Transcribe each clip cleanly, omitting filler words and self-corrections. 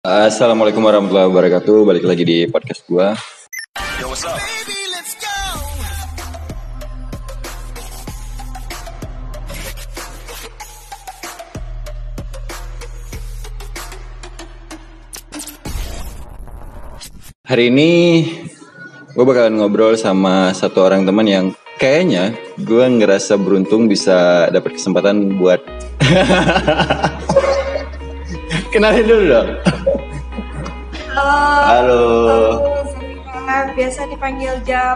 Assalamualaikum warahmatullahi wabarakatuh. Balik lagi di podcast gua. Yo, what's up? Hari ini gue bakalan ngobrol sama satu orang teman yang kayaknya gue ngerasa beruntung bisa dapat kesempatan buat kenalin dulu dong. Halo. Saya biasa dipanggil Jap.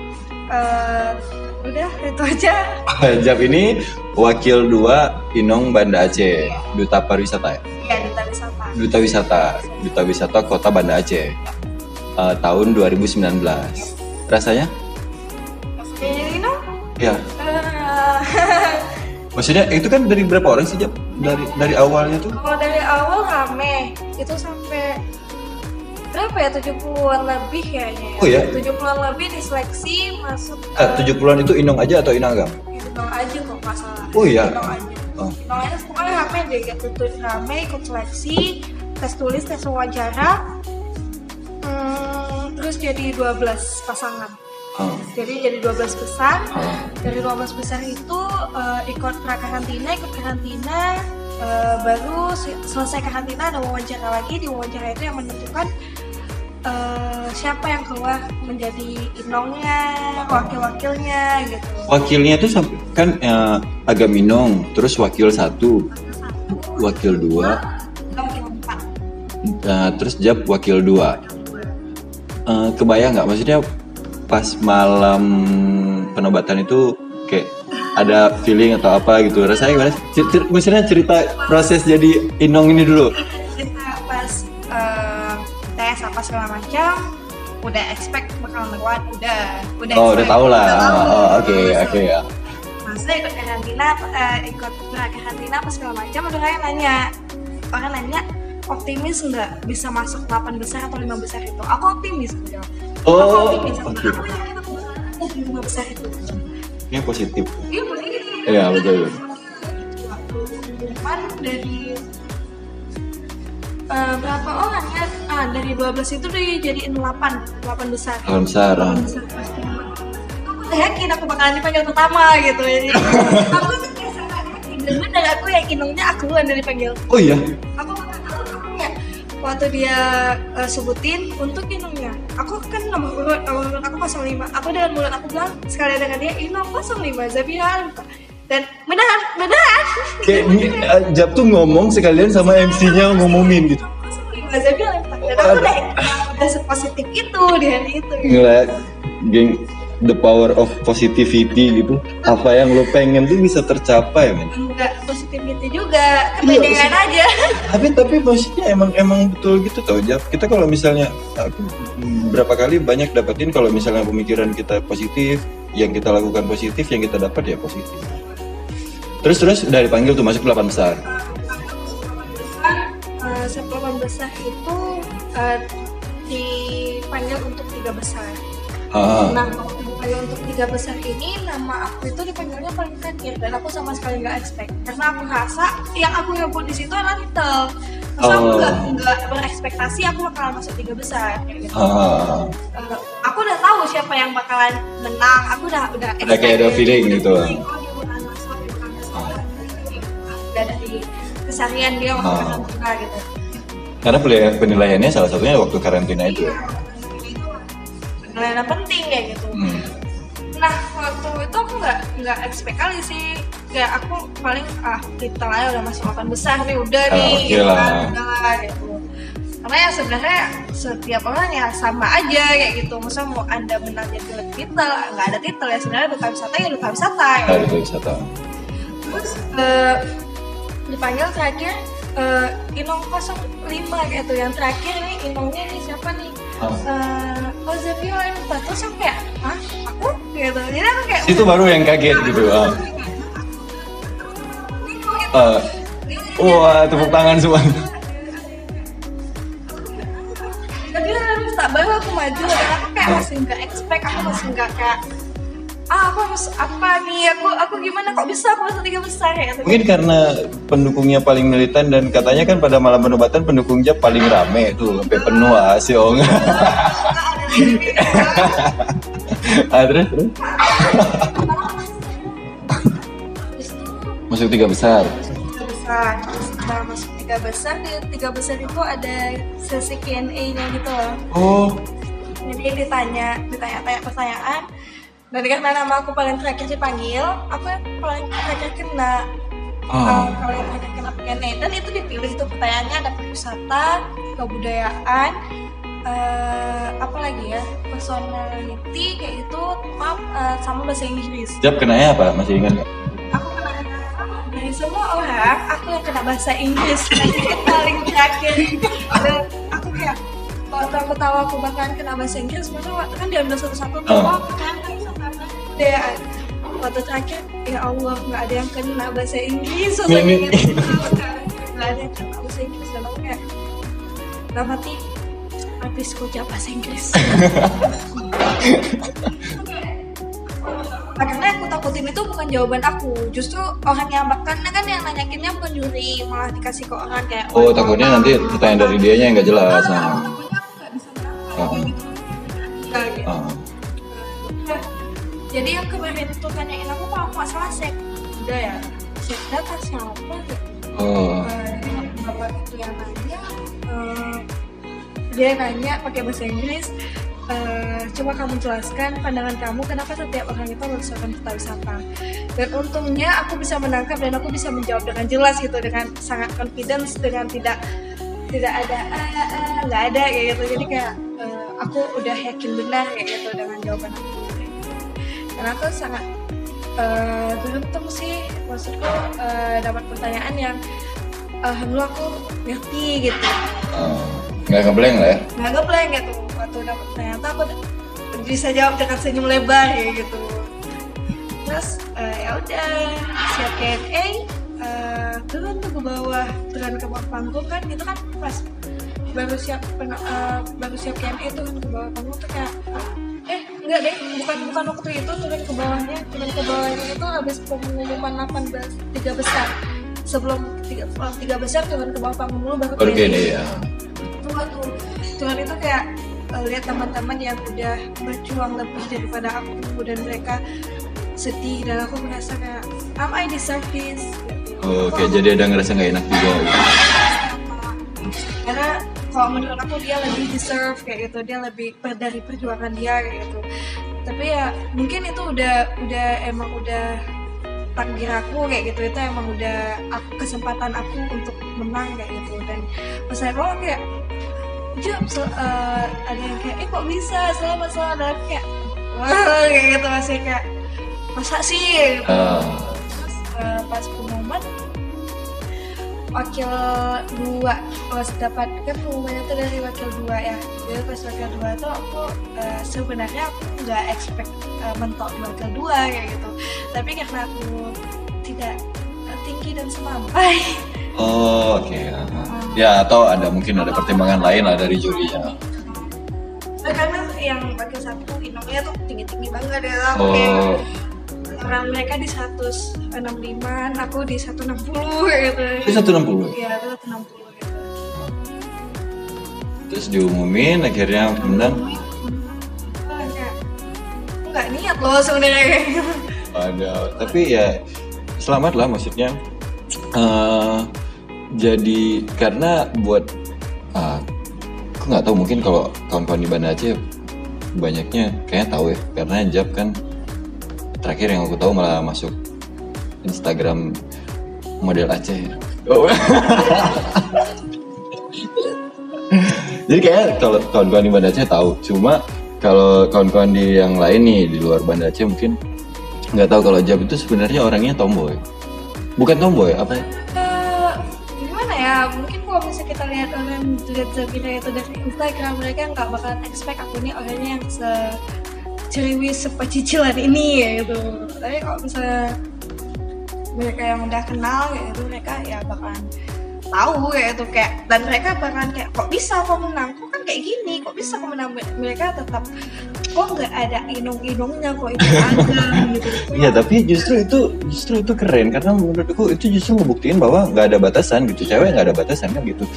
Udah itu aja. Jap ini wakil 2 Inong Banda Aceh, Duta Pariwisata ya? Iya, Duta Wisata. Duta Wisata Kota Banda Aceh. Tahun 2019. Rasanya? Jadi Inong? Ya. Maksudnya itu kan dari berapa orang sih, Jap? Dari awalnya tuh? Kalau dari awal rame, itu sampai berapa ya, 70-an lebih kayaknya. Oh ya? 70-an lebih diseleksi masuk. 70-an itu Inong aja atau Inagam? Inong aja kok nggak salah. Oh iya? Inong aja. Inong aja pokoknya rame deh, gitu. Rame, ikut seleksi, tes tulis, tes wawancara. Terus jadi 12 pasangan. Jadi 12 besar. Dari 12 besar itu ikut karantina, baru selesai karantina ada wawancara lagi. Di wawancara itu yang menentukan siapa yang keluar menjadi inongnya, wakil-wakilnya gitu. Wakilnya itu kan Agam Inong, terus wakil 1, wakil 2, wakil 4. terus Jap wakil 2. Kebayang nggak, maksudnya pas malam penobatan itu kayak ada feeling atau apa gitu, rasanya gimana? Maksudnya cerita proses jadi Inong ini dulu. Kita pas tes apa segala macam, udah expect bakal lewat, udah tahu lah. Oke ya. Maksudnya ikut karantina apa segala macam, udah orang nanya optimis nggak bisa masuk 8 besar atau 5 besar itu. Aku optimis gitu. Aku yakin aku bisa 5 besar itu. Ini positif. Iya positif. Iya betul. Dari berapa orang ya? Dari 12 itu dijadiin 8 besar. 8 besar. Aku yakin aku bakalan dipanggil pertama gitu. Jadi aku bener aku yakin aku dari dipanggil. Oh iya. Waktu dia sebutin untuk Inongnya, aku kan nomor urut aku 05. Aku dengan mulut aku bilang sekali dengan dia, Inong 05 Zabira. Dan beneran. Kayak Jap tuh ngomong sekalian sama MC-nya ngomongin gitu. 05 Zabira. Dan aku udah sepositif itu di hari itu. Ngeliat geng the power of positivity gitu. Apa yang lo pengen tuh bisa tercapai, men. Enggak positivity juga, kepedengan aja. Tapi maksudnya emang betul gitu tau, Jap. Kita kalau misalnya berapa kali banyak dapetin kalau misalnya pemikiran kita positif, yang kita lakukan positif, yang kita dapat ya positif. Terus udah dipanggil tuh masuk 8 besar. 8 besar itu dipanggil untuk 3 besar. Nah, waktu dipanggil untuk 3 besar ini, nama aku itu dipanggilnya paling terakhir dan aku sama sekali nggak expect karena aku rasa yang aku nyebut di situ adalah title. Terus aku nggak berekspektasi aku bakalan masuk 3 besar. Kayak gitu. Aku udah tahu siapa yang bakalan menang. Aku udah kayak ada feeling gitu. Udah dari keseharian dia waktu karantina gitu. Karena penilaiannya salah satunya waktu karantina itu. Penilaian penting kayak gitu. Nah waktu itu aku nggak expect kali sih, kayak aku paling titel aja udah masuk 8 besar nih udah nih, udah gitu. Karena ya sebenarnya setiap orang ya sama aja kayak gitu. Masa mau anda menang jadi titel, nggak ada titel ya sebenarnya. Duta wisata ya duta wisata. Duta wisata. Terus dipanggil terakhir Inong 05 gitu. Yang terakhir nih Inongnya nih siapa nih? Zabira yang terus aku kayak, aku gitu. Jadi aku kayak itu baru yang kaget gitu. Wah, tepuk tangan semua. Jadi baru aku maju dan aku kayak masih nggak expect, aku masih nggak kayak aku harus apa nih, aku gimana kok bisa aku masuk 3 besar ya. Mungkin karena pendukungnya paling militan dan katanya kan pada malam penobatan pendukungnya paling rame tuh sampai penuh si Ong. Terus masuk 3 besar. Setelah masuk 3 besar, di 3 besar itu ada sesi Q&A-nya gitu loh. Oh. Jadi ditanya pertanyaan. Dan karena nama aku paling terakhir dipanggil, aku yang paling terakhir kena paling terakhir kena Q&A. Dan itu dipilih itu pertanyaannya ada pariwisata, kebudayaan, apa lagi ya, personality kayak itu, sama bahasa Inggris. Jawab kenanya apa? Masih ingat nggak? Aku kena dari semua orang, aku yang kena bahasa Inggris. Nanti paling terakhir. Dan aku kayak waktu aku tahu aku bakalan kena bahasa Inggris, maksudnya kan diambil satu-satu tuh, deh waktu terakhir ya Allah nggak ada yang kena bahasa Inggris, nggak ada yang kena bahasa Inggris, dan aku kayak dalam hati habis kocak bahasa Inggris. Karena yang aku takutin itu bukan jawaban aku, justru orang yang karena kan yang nanyakinnya bukan juri, malah dikasih ke orang kayak takutnya nanti pertanyaan dari dianya yang nggak jelas. Jadi yang kemarin itu tanyain aku kalau masalah sek, udah ya sek data siapa bapak itu yang nanya, dia nanya pakai bahasa Inggris, coba kamu jelaskan pandangan kamu kenapa setiap orang itu merasakan pariwisata. Dan untungnya aku bisa menangkap dan aku bisa menjawab dengan jelas gitu, dengan sangat confidence, dengan tidak ada nggak ada kayak gitu. Jadi kayak aku udah yakin benar kayak gitu dengan jawaban aku. Karena aku sangat beruntung sih, maksudku dapat pertanyaan yang alhamdulillah aku ngerti gitu. Nggak ngeblank lah ya? Nggak ngeblank gitu. Waktu dapat ternyata aku bisa jawab dengan senyum lebar kayak gitu. Terus ya udah siap Q&A, turun tuh ke bawah, turun ke bawah panggung kan, itu kan pas baru siap Q&A turun ke bawah panggung tuh kayak enggak deh, bukan waktu itu turun ke bawahnya itu habis pengumuman 3 besar. Sebelum 3 besar turun ke bawah panggung dulu baru gini ya. Tuhan itu kayak lihat teman-teman yang udah berjuang lebih daripada aku dan mereka sedih, dan aku merasa kayak I deserve this. Oke, jadi ada ngerasa nggak enak juga gitu. Karena kalau menurut aku dia lebih deserve kayak gitu, dia lebih dari perjuangan dia kayak gitu. Tapi ya mungkin itu udah takdir aku kayak gitu, itu emang udah kesempatan aku untuk menang kayak gitu. Dan pas saya kayak ada yang kayak kok bisa selamat dan kayak kayak gitu, masih kayak masa sih gitu. Terus pas pengumuman wakil 2 pas dapat kan pengumumannya tuh dari wakil 2 ya. Jadi pas wakil 2 tuh aku sebenarnya aku nggak expect mentok di wakil 2 kayak gitu, tapi karena aku tidak tinggi dan semampai. Oke. Ya, atau mungkin ada pertimbangan lain lah dari jurinya. Karena yang wakil 1 Indomnya tuh tinggi-tinggi banget ya. Orang mereka di 165, aku di 160 gitu. Di 160? Iya, 160 gitu. Terus diumumin akhirnya menang. Nggak niat loh sebenarnya kayak gitu. Tapi ya selamat lah maksudnya. Jadi karena buat aku nggak tahu, mungkin kalau kawan-kawan di Banda Aceh banyaknya kayaknya tahu ya, karena Jab kan terakhir yang aku tahu malah masuk Instagram model Aceh. Jadi kayaknya kalau kawan-kawan di Banda Aceh tahu, cuma kalau kawan-kawan di yang lain nih di luar Banda Aceh mungkin nggak tahu kalau Jab itu sebenarnya orangnya tomboy. Bukan tomboy, apa ya? Gimana ya? Mungkin kalau misalnya kita lihat orang lihat Zabina itu dari Instagram, mereka nggak bakalan expect aku nih orangnya yang ceriwis sepecicilan ini ya gitu. Tapi kalau misalnya mereka yang udah kenal ya itu, mereka ya bakalan tahu ya itu kayak, dan mereka bakalan kayak kok bisa kok menang, kok kan kayak gini, kok bisa kok menang. Mereka tetap kok nggak ada inung-inungnya, kok itu agam gitu. Iya, tapi justru itu keren karena menurutku itu justru ngebuktiin bahwa nggak ada batasan gitu, cewek nggak ada batasan kan gitu.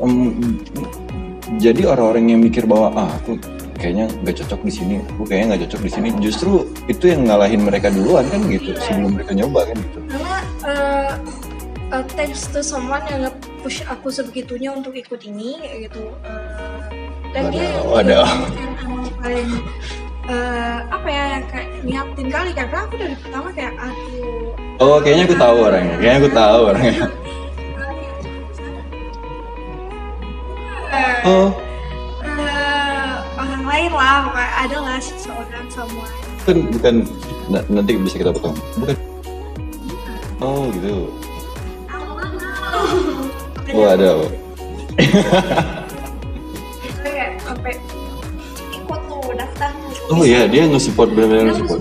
Jadi orang-orang yang mikir bahwa aku kayaknya nggak cocok di sini, aku kayaknya nggak cocok di sini, justru itu yang ngalahin mereka duluan kan gitu, sebelum mereka nyoba kan gitu. Karena thanks to someone yang nge-push aku sebegitunya untuk ikut ini kayak gitu. Dan dia yang emang paling apa ya, yang kayak niatin kali, karena aku dari pertama kayak aduh. Kayaknya aku tahu orangnya. Orang lain lah, pokoknya ada lah seorang someone. Bukan nanti bisa kita potong. Bukan. Oh gitu. Ada. Kayak sampai ikut tuh daftar. Oh iya, dia nge-support, benar-benar nge-support.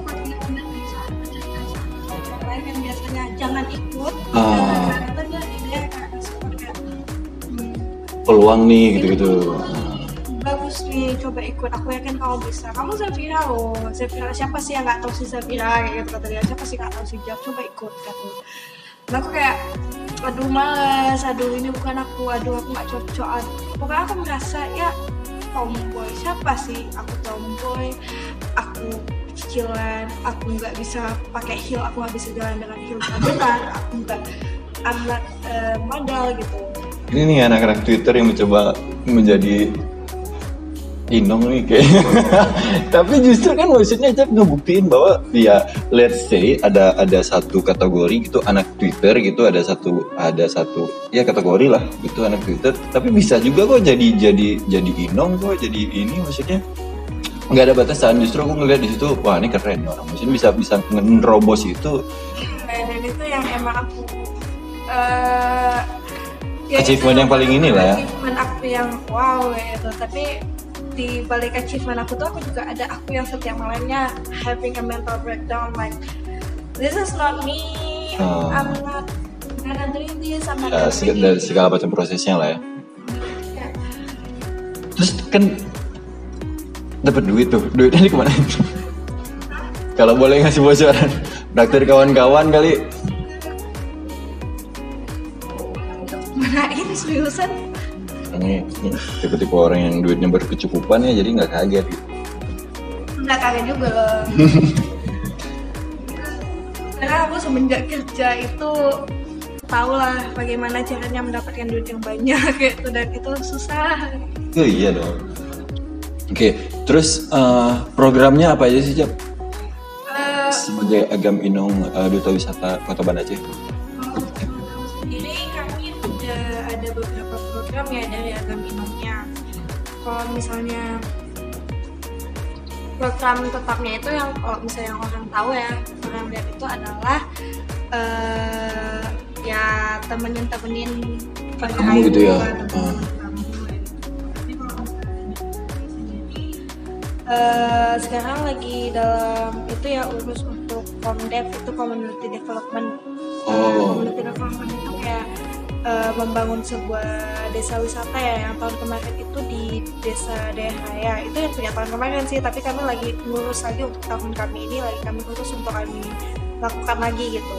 Lain yang biasanya jangan ikut. Karena dia kayak support kayak peluang nih gitu-gitu. Bagus nih, coba ikut, aku yakin kamu bisa. Kamu Zafira loh, Zafira siapa sih yang nggak tahu si Zafira kayak gitu kata dia, siapa sih nggak tahu si Jab, coba ikut gitu. Nah aku kayak aduh males, aduh ini bukan aku nggak cocok. Pokoknya aku merasa ya tomboy, siapa sih aku tomboy, aku kecilan, aku nggak bisa pakai heel, aku nggak bisa jalan dengan heel benar, aku nggak anak modal gitu. Ini nih anak-anak Twitter yang mencoba menjadi Inong nih kayaknya. Tapi justru kan maksudnya Jab ngebuktiin bahwa ya let's say ada satu kategori gitu anak Twitter gitu, ada satu ya kategori lah gitu anak Twitter, tapi bisa juga kok jadi Inong kok, jadi ini maksudnya nggak ada batasan. Justru aku ngeliat di situ, wah ini keren orang, maksudnya bisa ngerobos itu. Dan itu yang emang aku achievement yang paling inilah ya. Achievement aku yang wow gitu. Tapi di balik achievement aku tuh aku juga ada aku yang setiap malamnya having a mental breakdown like this is not me, I'm not gonna doing this, I'm not dari segala macam prosesnya lah ya. Terus kan dapat duitnya di kemana? Kalau boleh ngasih bocoran, traktir kawan-kawan kali. Manain seriusan? Ini tipe-tipe orang yang duitnya berkecukupan ya, jadi nggak kaget gitu. Nggak kaget juga loh. Karena aku semenjak kerja itu tahu lah bagaimana caranya mendapatkan duit yang banyak gitu, dan itu susah. Oh iya dong. Oke, terus programnya apa aja sih Jab? Sebagai Agam Inong Duta Wisata Kota Banda Aceh. Sendiri kami udah ada beberapa program ya dari Agam Inongnya. Kalau misalnya program tetapnya itu yang kalau misalnya orang tahu ya, orang lihat itu adalah ya temenin kamu gitu ya. Sekarang lagi dalam itu ya urus untuk Komdev, itu community development. Community development itu kayak membangun sebuah desa wisata ya, yang tahun kemarin itu di Desa Dehaya, itu yang punya tahun kemarin sih, tapi kami lagi ngurus lagi untuk tahun kami ini, lagi kami urus untuk kami lakukan lagi gitu.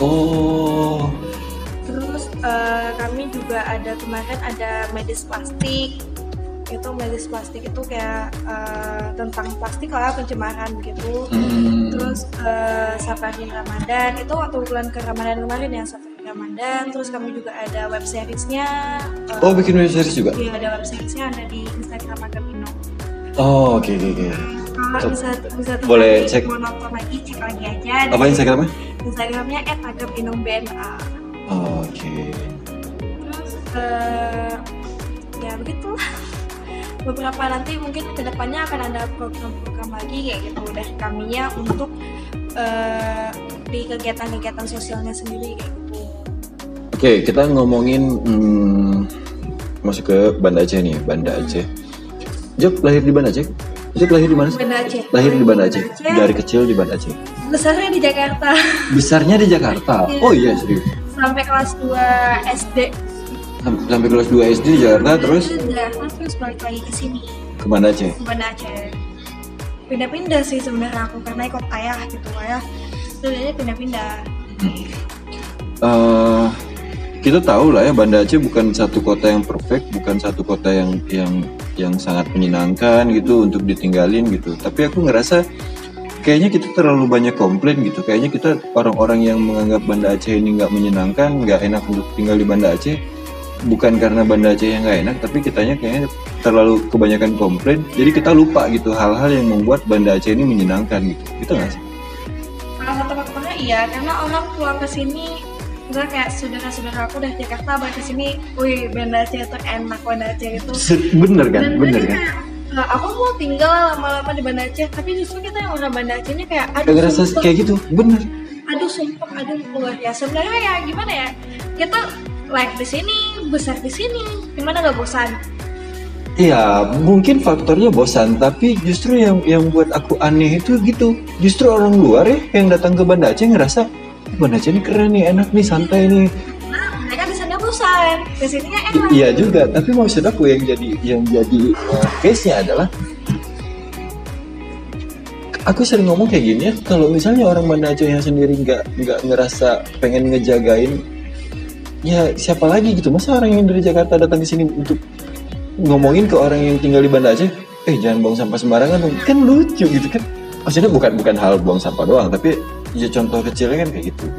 Terus kami juga ada kemarin ada medis plastik. Itu medis plastik itu kayak tentang plastik lah, pencemaran gitu. Terus safari Ramadan itu waktu bulan ke Ramadan kemarin ya, safari Ramadan. Terus kami juga ada web seriesnya. Bikin web series juga? Iya, ada web seriesnya, ada di Instagram Agam Inong. Oke. Kalau bisa boleh cek, mau nonton lagi, cek lagi aja. Apa Instagramnya? Instagramnya @agam_inong_bna. Oke. Terus ya begitulah. Beberapa nanti mungkin kedepannya akan ada program-program lagi kayak gitu dari kaminya untuk di kegiatan-kegiatan sosialnya sendiri kayak gitu. Oke, kita ngomongin masuk ke Banda Aceh nih, Banda Aceh. Jab lahir di Banda Aceh? Jab lahir di mana sih? Banda Aceh. Lahir di Banda Aceh. Dari kecil di Banda Aceh. Besarnya di Jakarta. Besarnya di Jakarta. Oh iya, serius. Sampai kelas 2 SD. Sampai kelas 2 SD di Jakarta, terus Terus balik lagi ke sini. ke Banda Aceh. Ke Banda Aceh. pindah-pindah sih sebenarnya aku, karena ikut ayah gitu ya. Sebenarnya pindah-pindah. Kita tahu lah ya, Banda Aceh bukan satu kota yang perfect, bukan satu kota yang sangat menyenangkan gitu untuk ditinggalin gitu. Tapi aku ngerasa kayaknya kita terlalu banyak komplain gitu. Kayaknya kita orang-orang yang menganggap Banda Aceh ini nggak menyenangkan, nggak enak untuk tinggal di Banda Aceh. Bukan karena Banda Aceh yang nggak enak, tapi kitanya kayaknya terlalu kebanyakan komplain. Jadi kita lupa gitu hal-hal yang membuat Banda Aceh ini menyenangkan gitu. Gitu nggak sih? Salah satu faktornya iya, karena orang pulang ke sini, misalnya kayak saudara-saudara aku dari Jakarta balik ke sini, wih Banda Aceh itu enak, Banda Aceh itu. Bener kan? Dan Bener kan? Kayak, aku mau tinggal lama-lama di Banda Aceh, tapi justru kita yang orang Banda Acehnya kayak aduh Ngerasa kayak gitu, bener. Aduh sumpah, aduh luar biasa. Sebenarnya ya gimana ya, kita like di sini, besar di sini, gimana gak bosan? Iya, mungkin faktornya bosan, tapi justru yang buat aku aneh itu gitu. Justru orang luar ya yang datang ke Banda Aceh ngerasa Banda Aceh ini keren nih, enak nih, santai nih. Nah, mereka di sana bosan, di sininya enak. Iya juga, tapi maksud aku yang jadi case-nya adalah aku sering ngomong kayak gini ya, kalau misalnya orang Banda Aceh yang sendiri nggak ngerasa pengen ngejagain, ya siapa lagi gitu? Masa orang yang dari Jakarta datang ke sini untuk ngomongin ke orang yang tinggal di Banda Aceh, jangan buang sampah sembarangan dong, kan lucu gitu kan? Maksudnya bukan hal buang sampah doang, tapi ya contoh kecilnya kan kayak gitu.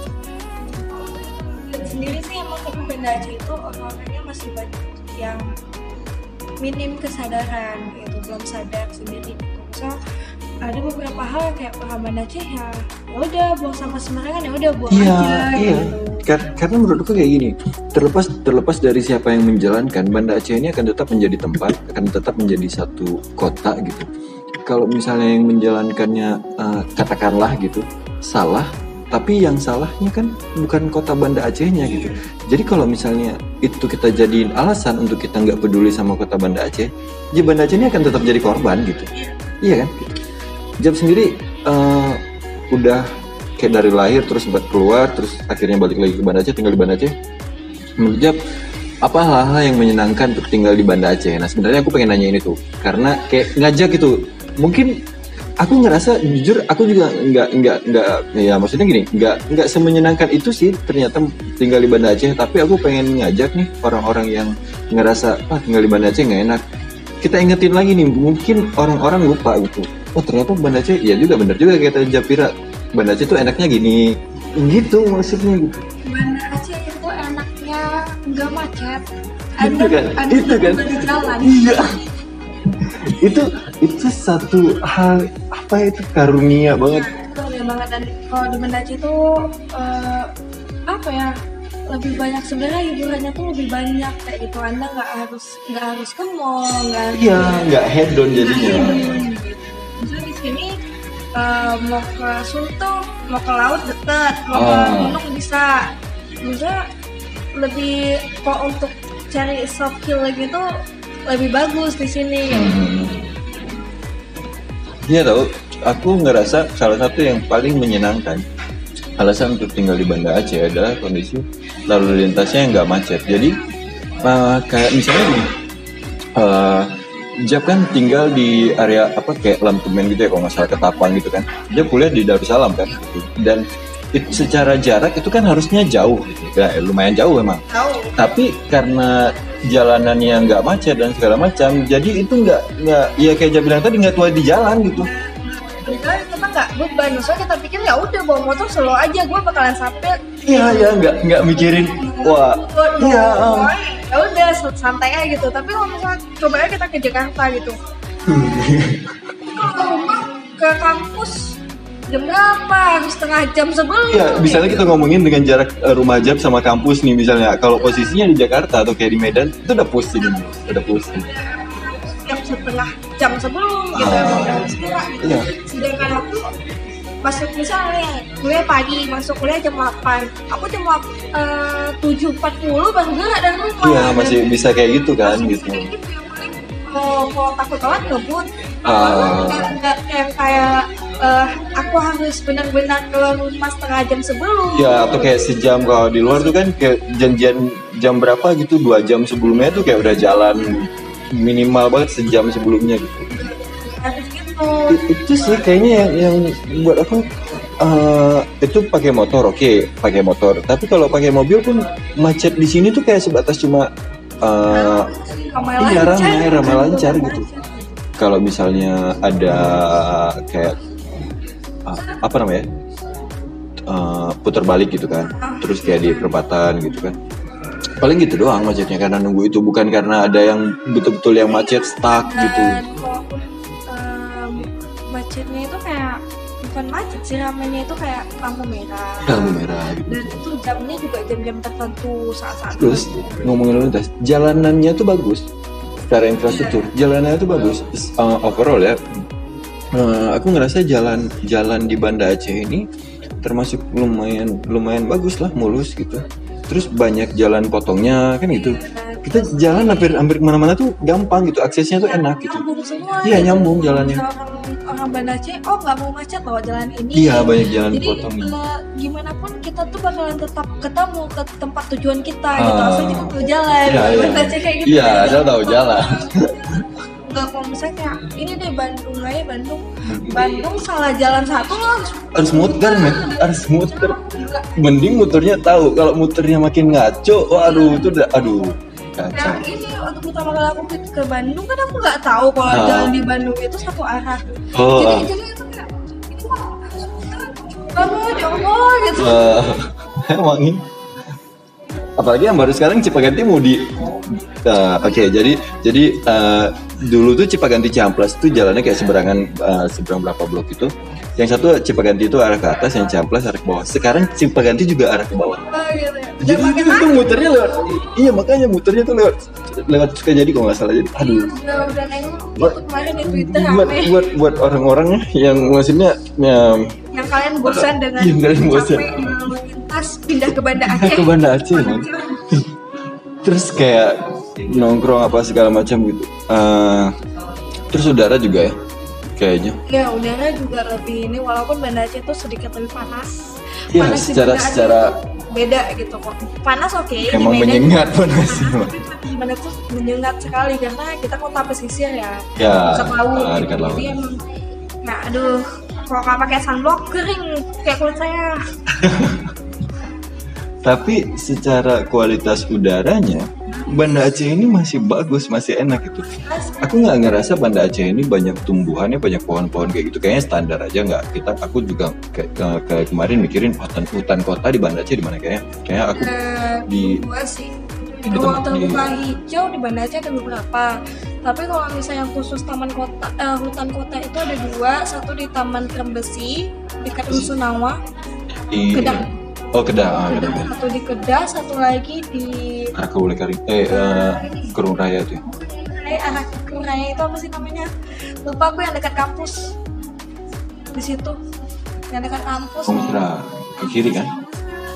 Dan sendiri sih emang tapi Banda Aceh itu orang-orangnya masih banyak yang minim kesadaran, gitu, belum sadar sendiri. So ada beberapa hal kayak orang Banda Aceh ya udah buang sampah sembarangan, ya udah buang aja. Iya. Gitu. Karena menurutku kayak gini, terlepas dari siapa yang menjalankan, Banda Aceh ini akan tetap menjadi tempat, akan tetap menjadi satu kota gitu. Kalau misalnya yang menjalankannya katakanlah gitu salah, tapi yang salahnya kan bukan kota Banda Acehnya gitu. Jadi kalau misalnya itu kita jadiin alasan untuk kita nggak peduli sama kota Banda Aceh, ya Banda Aceh ini akan tetap jadi korban gitu. Iya kan? Gitu. Jab sendiri udah kayak dari lahir terus sempat keluar, terus akhirnya balik lagi ke Banda Aceh, tinggal di Banda Aceh. Menurut Jab, apa hal-hal yang menyenangkan untuk tinggal di Banda Aceh? Nah sebenarnya aku pengen nanya ini tuh, karena kayak ngajak gitu. Mungkin aku ngerasa jujur aku juga nggak ya maksudnya gini, nggak semenyenangkan itu sih ternyata tinggal di Banda Aceh. Tapi aku pengen ngajak nih orang-orang yang ngerasa tinggal di Banda Aceh nggak enak. Kita ingetin lagi nih, mungkin orang-orang lupa gitu. Oh ternyata Banda Aceh, ya juga bener juga kata Japira, Banda Aceh tuh enaknya gini, gitu maksudnya gitu. Banda Aceh itu enaknya nggak macet. Itu kan. Di jalan. Iya. itu satu hal apa itu karunia banget. Karunia banget. Dan kalau di Banda Aceh itu apa ya, lebih banyak sebenarnya hiburannya tuh lebih banyak kayak gitu. Anda nggak harus ke mall, nggak hedon jadinya. Misalnya di sini mau ke Suntung, mau ke laut dekat, mau ke gunung bisa. Misalnya lebih kok untuk cari soft healing itu lebih bagus di sini. Iya tahu, aku ngerasa salah satu yang paling menyenangkan alasan untuk tinggal di Banda Aceh adalah kondisi lalu lintasnya yang nggak macet. Jadi kayak misalnya nih, Jab kan tinggal di area apa kayak Lamtemen gitu ya, kalau nggak salah Ketapang gitu kan. Dia kuliah di Darussalam kan, gitu. Dan secara jarak itu kan harusnya jauh gitu. Ya, lumayan jauh emang. Tapi karena jalanannya nggak macet dan segala macam, jadi itu nggak ya kayak Jab bilang tadi, nggak tua di jalan gitu. Kita nggak beban, maksudnya kita pikir ya udah bawa motor slow aja, gue bakalan sampai. Iya nggak mikirin ya udah santai aja gitu. Tapi kalau misalnya coba aja kita ke Jakarta gitu, kalau rumah ke kampus jam berapa, harus setengah jam sebelum. Iya, misalnya kita ngomongin dengan jarak rumah Jab sama kampus nih misalnya, kalau posisinya di Jakarta atau kayak di Medan itu udah pusing. Setengah jam sebelum gitu harus kira gitu. Iya. Sedangkan aku masuk misalnya gue pagi masuk kuliah jam 8, aku jam 7.40 baru gerak dari rumah. Iya, masih bisa kayak gitu kan gitu. Kayak gitu, yang paling kalau takut telat ngebut. Nggak yang kayak aku harus benar-benar keluar rumah setengah jam sebelum. Ya, atau kayak sejam. Kalau di luar tuh kan kayak janjian jam berapa gitu, 2 jam sebelumnya tuh kayak udah jalan minimal banget sejam sebelumnya gitu. Harus gitu. Itu sih kayaknya yang buat aku itu pakai motor, oke, pakai motor. Tapi kalau pakai mobil pun macet di sini tuh kayak sebatas cuma ramai lancar gitu. Kalau misalnya ada kayak apa namanya putar balik gitu kan, terus kayak di perempatan gitu kan, paling gitu doang macetnya karena nunggu itu, bukan karena ada yang betul-betul yang macet stuck gitu. Macetnya itu kayak bukan macet sih, ramenya itu kayak lampu merah gitu. Dan itu jamnya juga jam-jam tertentu saat-saat. Terus ngomongin lalu lintas, jalanannya tuh bagus secara infrastruktur, jalanannya tuh bagus overall ya. Aku ngerasa jalan di Banda Aceh ini termasuk lumayan bagus lah, mulus gitu. Terus banyak jalan potongnya kan gitu. Kita jalan hampir kemana-mana tuh gampang gitu, aksesnya tuh enak gitu. Iya, nyambung jalannya. Orang Banda Aceh, nggak mau macet bawa jalan ini. Iya, banyak jalan potong. Jadi gimana pun kita tuh bakalan tetap ketemu ke tempat tujuan kita gitu. Asal kita tahu jalan. Banda Aceh kayak gitu. Iya, asal tahu jalan. Nggak, kalau misalnya kayak ini deh Bandung salah jalan satu lo harus muter harus muter. Mending muternya tahu, kalau muternya makin ngaco, waduh itu udah kacau. Nah ini waktu pertama kali aku ke Bandung kan aku nggak tahu kalau jalan di Bandung itu satu arah. Jadi itu kayak ini ya Allah gitu. Emang ini. Apalagi yang baru sekarang Cipaganti mau di jadi dulu tuh Cipaganti Ciamplas itu jalannya kayak seberang berapa blok itu. Yang satu Cipaganti itu arah ke atas, yang Ciamplas arah ke bawah. Sekarang Cipaganti juga arah ke bawah. Gitu ya. Jadi itu muternya lewat. Iya, makanya muternya tuh lewat Sukajadi kalau nggak salah. Jadi udah nengok kemarin di Twitter buat orang-orang yang maksudnya yang kalian bosan dengan bosan lalu lintas pindah ke Banda Aceh. Ke Banda Aceh man. Terus kayak nongkrong apa segala macam gitu. Terus udara juga ya kayaknya. Ya udara juga lebih ini, walaupun Banda Aceh itu sedikit lebih panas. Iya, secara beda gitu kok. Panas oke. Emang menyengat panasnya. Banda tuh menyengat sekali karena kita kota pesisir ya. Ya. Dekat laut. Dekat laut. Jadi emang, nah aduh, kalau nggak pakai sunblock kering kayak kulit saya. Tapi secara kualitas udaranya Banda Aceh ini masih bagus, masih enak gitu. Aku nggak ngerasa Banda Aceh ini banyak tumbuhannya, banyak pohon-pohon kayak gitu. Kayaknya standar aja nggak. Aku juga kayak kemarin mikirin hutan kota di Banda Aceh di mana kayak aku di ruang terbuka hijau di Banda Aceh ada beberapa. Tapi kalau misalnya khusus hutan kota itu ada 2, satu di Taman Trembesi dekat Rusunawa, Kedah. Kedah. Satu di Kedah, satu lagi di Kerung Raya itu. Arah Kerung Raya itu apa sih namanya? Lupa aku, yang dekat kampus. Di situ. Yang dekat kampus. Mesra ke kiri kan?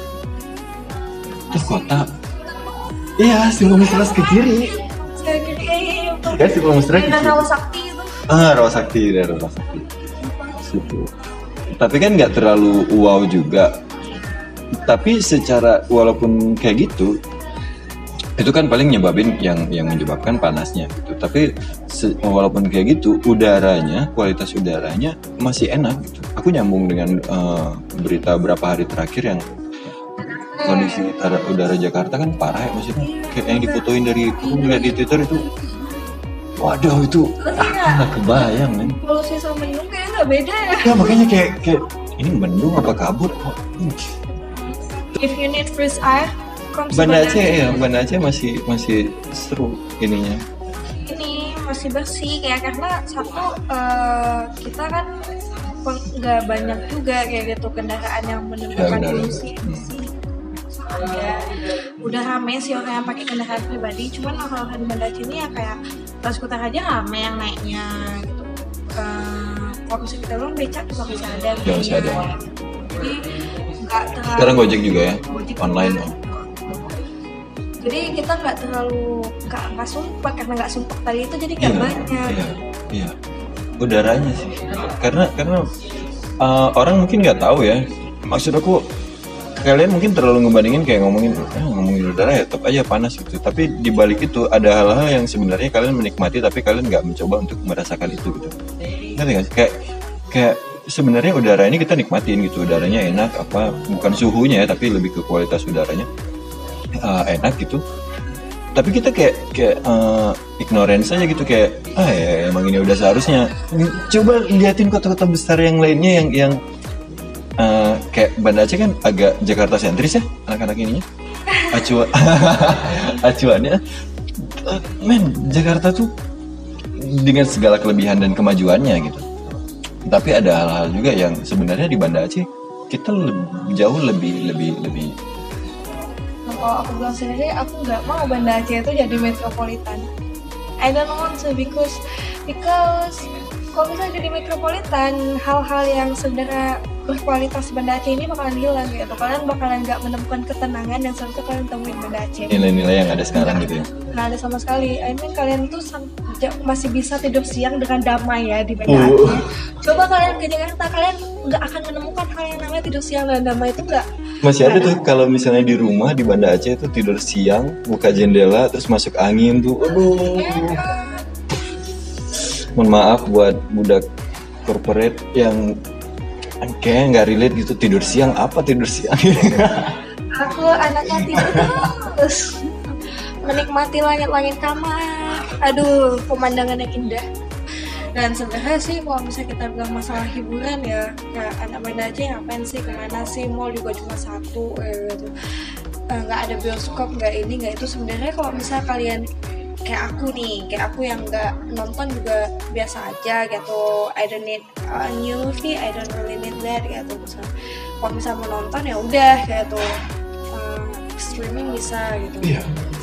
Terus kota. Iya, Simpang Mesra ke kiri. Ya, Simpang Mesra ke kiri. Rawa Sakti itu. Rawa Sakti. Situ. Tapi kan nggak terlalu wow juga. Tapi secara walaupun kayak gitu, itu kan paling nyebabin yang menyebabkan panasnya gitu. Tapi walaupun kayak gitu, kualitas udaranya masih enak gitu. Aku nyambung dengan berita berapa hari terakhir yang kondisi udara Jakarta kan parah ya, maksudnya kayak yang difotoin dari aku ngeliat di Twitter itu. Waduh itu nggak kebayang men. Polusi sama mendung kayaknya nggak beda ya. Ya makanya kayak ini mendung apa kabut? If you need fresh air, Banda Aceh masih seru ininya. Ini masih bersih kayak, karena satu kita kan nggak banyak juga kayak gitu kendaraan yang menimbulkan polusi. Ya, udah rame sih orang yang pakai kendaraan pribadi, cuman orang-orang di Banda Aceh ini ya kayak skuter aja rame yang naiknya gitu. Kalau misalnya kita belum becak juga masih ada. Masih ada. Jadi nggak terlalu. Sekarang Gojek juga ya, online. Jadi kita nggak terlalu nggak sumpah, karena nggak sumpah tadi itu jadi nggak banyak. Iya. Udaranya sih, karena orang mungkin nggak tahu ya. Maksud aku kalian mungkin terlalu ngebandingin kayak ngomongin udara ya tetap aja panas gitu. Tapi di balik itu ada hal-hal yang sebenarnya kalian menikmati tapi kalian nggak mencoba untuk merasakan itu gitu. Ngerti nggak sih? Kayak sebenarnya udara ini kita nikmatin gitu, udaranya enak, apa bukan suhunya ya tapi lebih ke kualitas udaranya enak gitu. Tapi kita kayak ignorance aja gitu, kayak ya emang ini udah seharusnya. Coba liatin kota-kota besar yang lainnya yang kayak Banda Aceh kan agak Jakarta sentris ya anak-anak ininya. Acuannya Jakarta tuh dengan segala kelebihan dan kemajuannya gitu. Tapi ada hal-hal juga yang sebenarnya di Banda Aceh kita jauh lebih. Kalau aku bilang sendiri, aku nggak mau Banda Aceh itu jadi metropolitan. I don't want to because kalau misalnya jadi metropolitan, hal-hal yang sebenarnya berkualitas Banda Aceh ini bakalan hilang gitu. Kalian bakalan nggak menemukan ketenangan yang seharusnya kalian temuin Banda Aceh. Nilai-nilai yang ada sekarang gitu ya. Nggak ada sama sekali. I mean kalian tuh masih bisa tidur siang dengan damai ya di Banda Aceh. Coba kalian ke Jakarta, kalian nggak akan menemukan hal yang namanya tidur siang dan damai itu nggak. Masih ada tuh kalau misalnya di rumah di Banda Aceh itu tidur siang, buka jendela terus masuk angin tuh. Aduh. Mohon maaf buat budak corporate yang kayak nggak relate gitu, tidur siang apa tidur siang. Aku anaknya tidur terus menikmati langit-langit kamar. Aduh, pemandangan yang indah. Dan sebenarnya sih kalau misalnya kita bilang masalah hiburan ya, kayak anak Banda Aceh ngapain sih, kemana sih, mall juga cuma satu gitu. Nggak ada bioskop, nggak ini nggak itu. Sebenarnya kalau misalnya kalian kayak aku yang nggak nonton juga biasa aja gitu, I don't need a new movie, I don't really need that gitu. Kalau misalnya mau nonton ya udah gitu, streaming bisa gitu. Iya.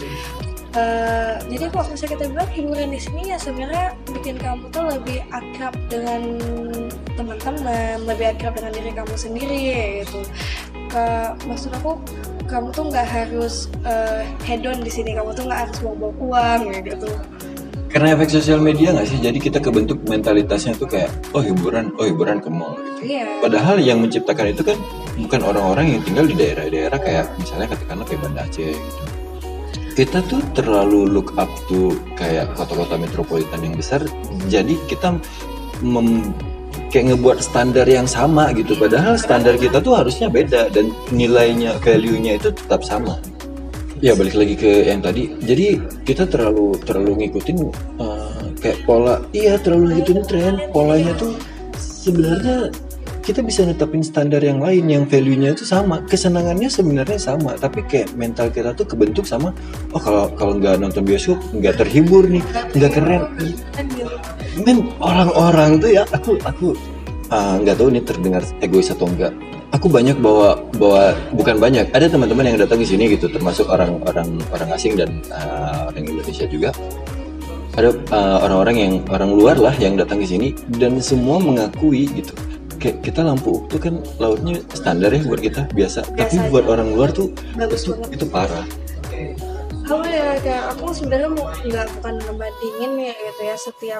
Jadi kalau misalnya kita bilang hiburan di sini ya sebenarnya bikin kamu tuh lebih akrab dengan teman-teman, lebih akrab dengan diri kamu sendiri gitu. Maksud aku, kamu tuh nggak harus hedon di sini, kamu tuh nggak harus bawa uang gitu. Karena efek sosial media nggak sih, jadi kita kebentuk mentalitasnya tuh kayak hiburan ke mall gitu. Iya. Padahal yang menciptakan itu kan bukan orang-orang yang tinggal di daerah-daerah kayak misalnya katakanlah kayak Banda Aceh gitu. Kita tuh terlalu look up to kayak kota-kota metropolitan yang besar, jadi kita kayak ngebuat standar yang sama gitu, padahal standar kita tuh harusnya beda dan nilainya, value-nya itu tetap sama. Ya balik lagi ke yang tadi, jadi kita terlalu ngikutin kayak pola, terlalu ngikutin tren, polanya tuh sebenarnya kita bisa netapin standar yang lain yang value-nya itu sama, kesenangannya sebenarnya sama, tapi kayak mental kita tuh kebentuk sama kalau nggak nonton bioskop nggak terhibur nih, nggak keren. Men, orang-orang tuh ya, aku nggak tahu nih terdengar egois atau enggak. Aku banyak bawa bukan banyak, ada teman-teman yang datang ke sini gitu, termasuk orang asing dan orang Indonesia juga. Ada orang luar lah yang datang ke sini dan semua mengakui gitu. Kayak kita Lampu tuh kan lautnya standar ya buat kita biasa tapi aja. Buat orang luar tuh itu parah. Aku ya kayak aku sebenarnya bukan ngebandingin ya gitu ya, setiap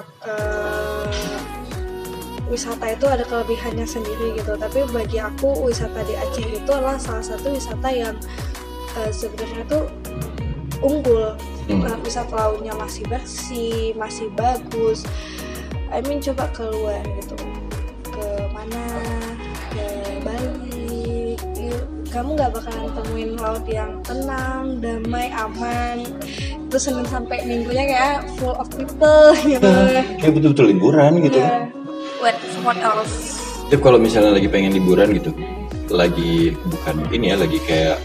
wisata itu ada kelebihannya sendiri gitu, tapi bagi aku wisata di Aceh itu adalah salah satu wisata yang sebenarnya tuh unggul. Wisata lautnya masih bersih, masih bagus. Coba keluar gitu, ke mana, ke Bali, kamu nggak bakalan temuin laut yang tenang, damai, aman. Terus Senin sampai Minggunya kayak full of people gitu. Kayak betul-betul liburan gitu. Yeah. What else? Jadi kalau misalnya lagi pengen liburan gitu, lagi bukan ini ya, lagi kayak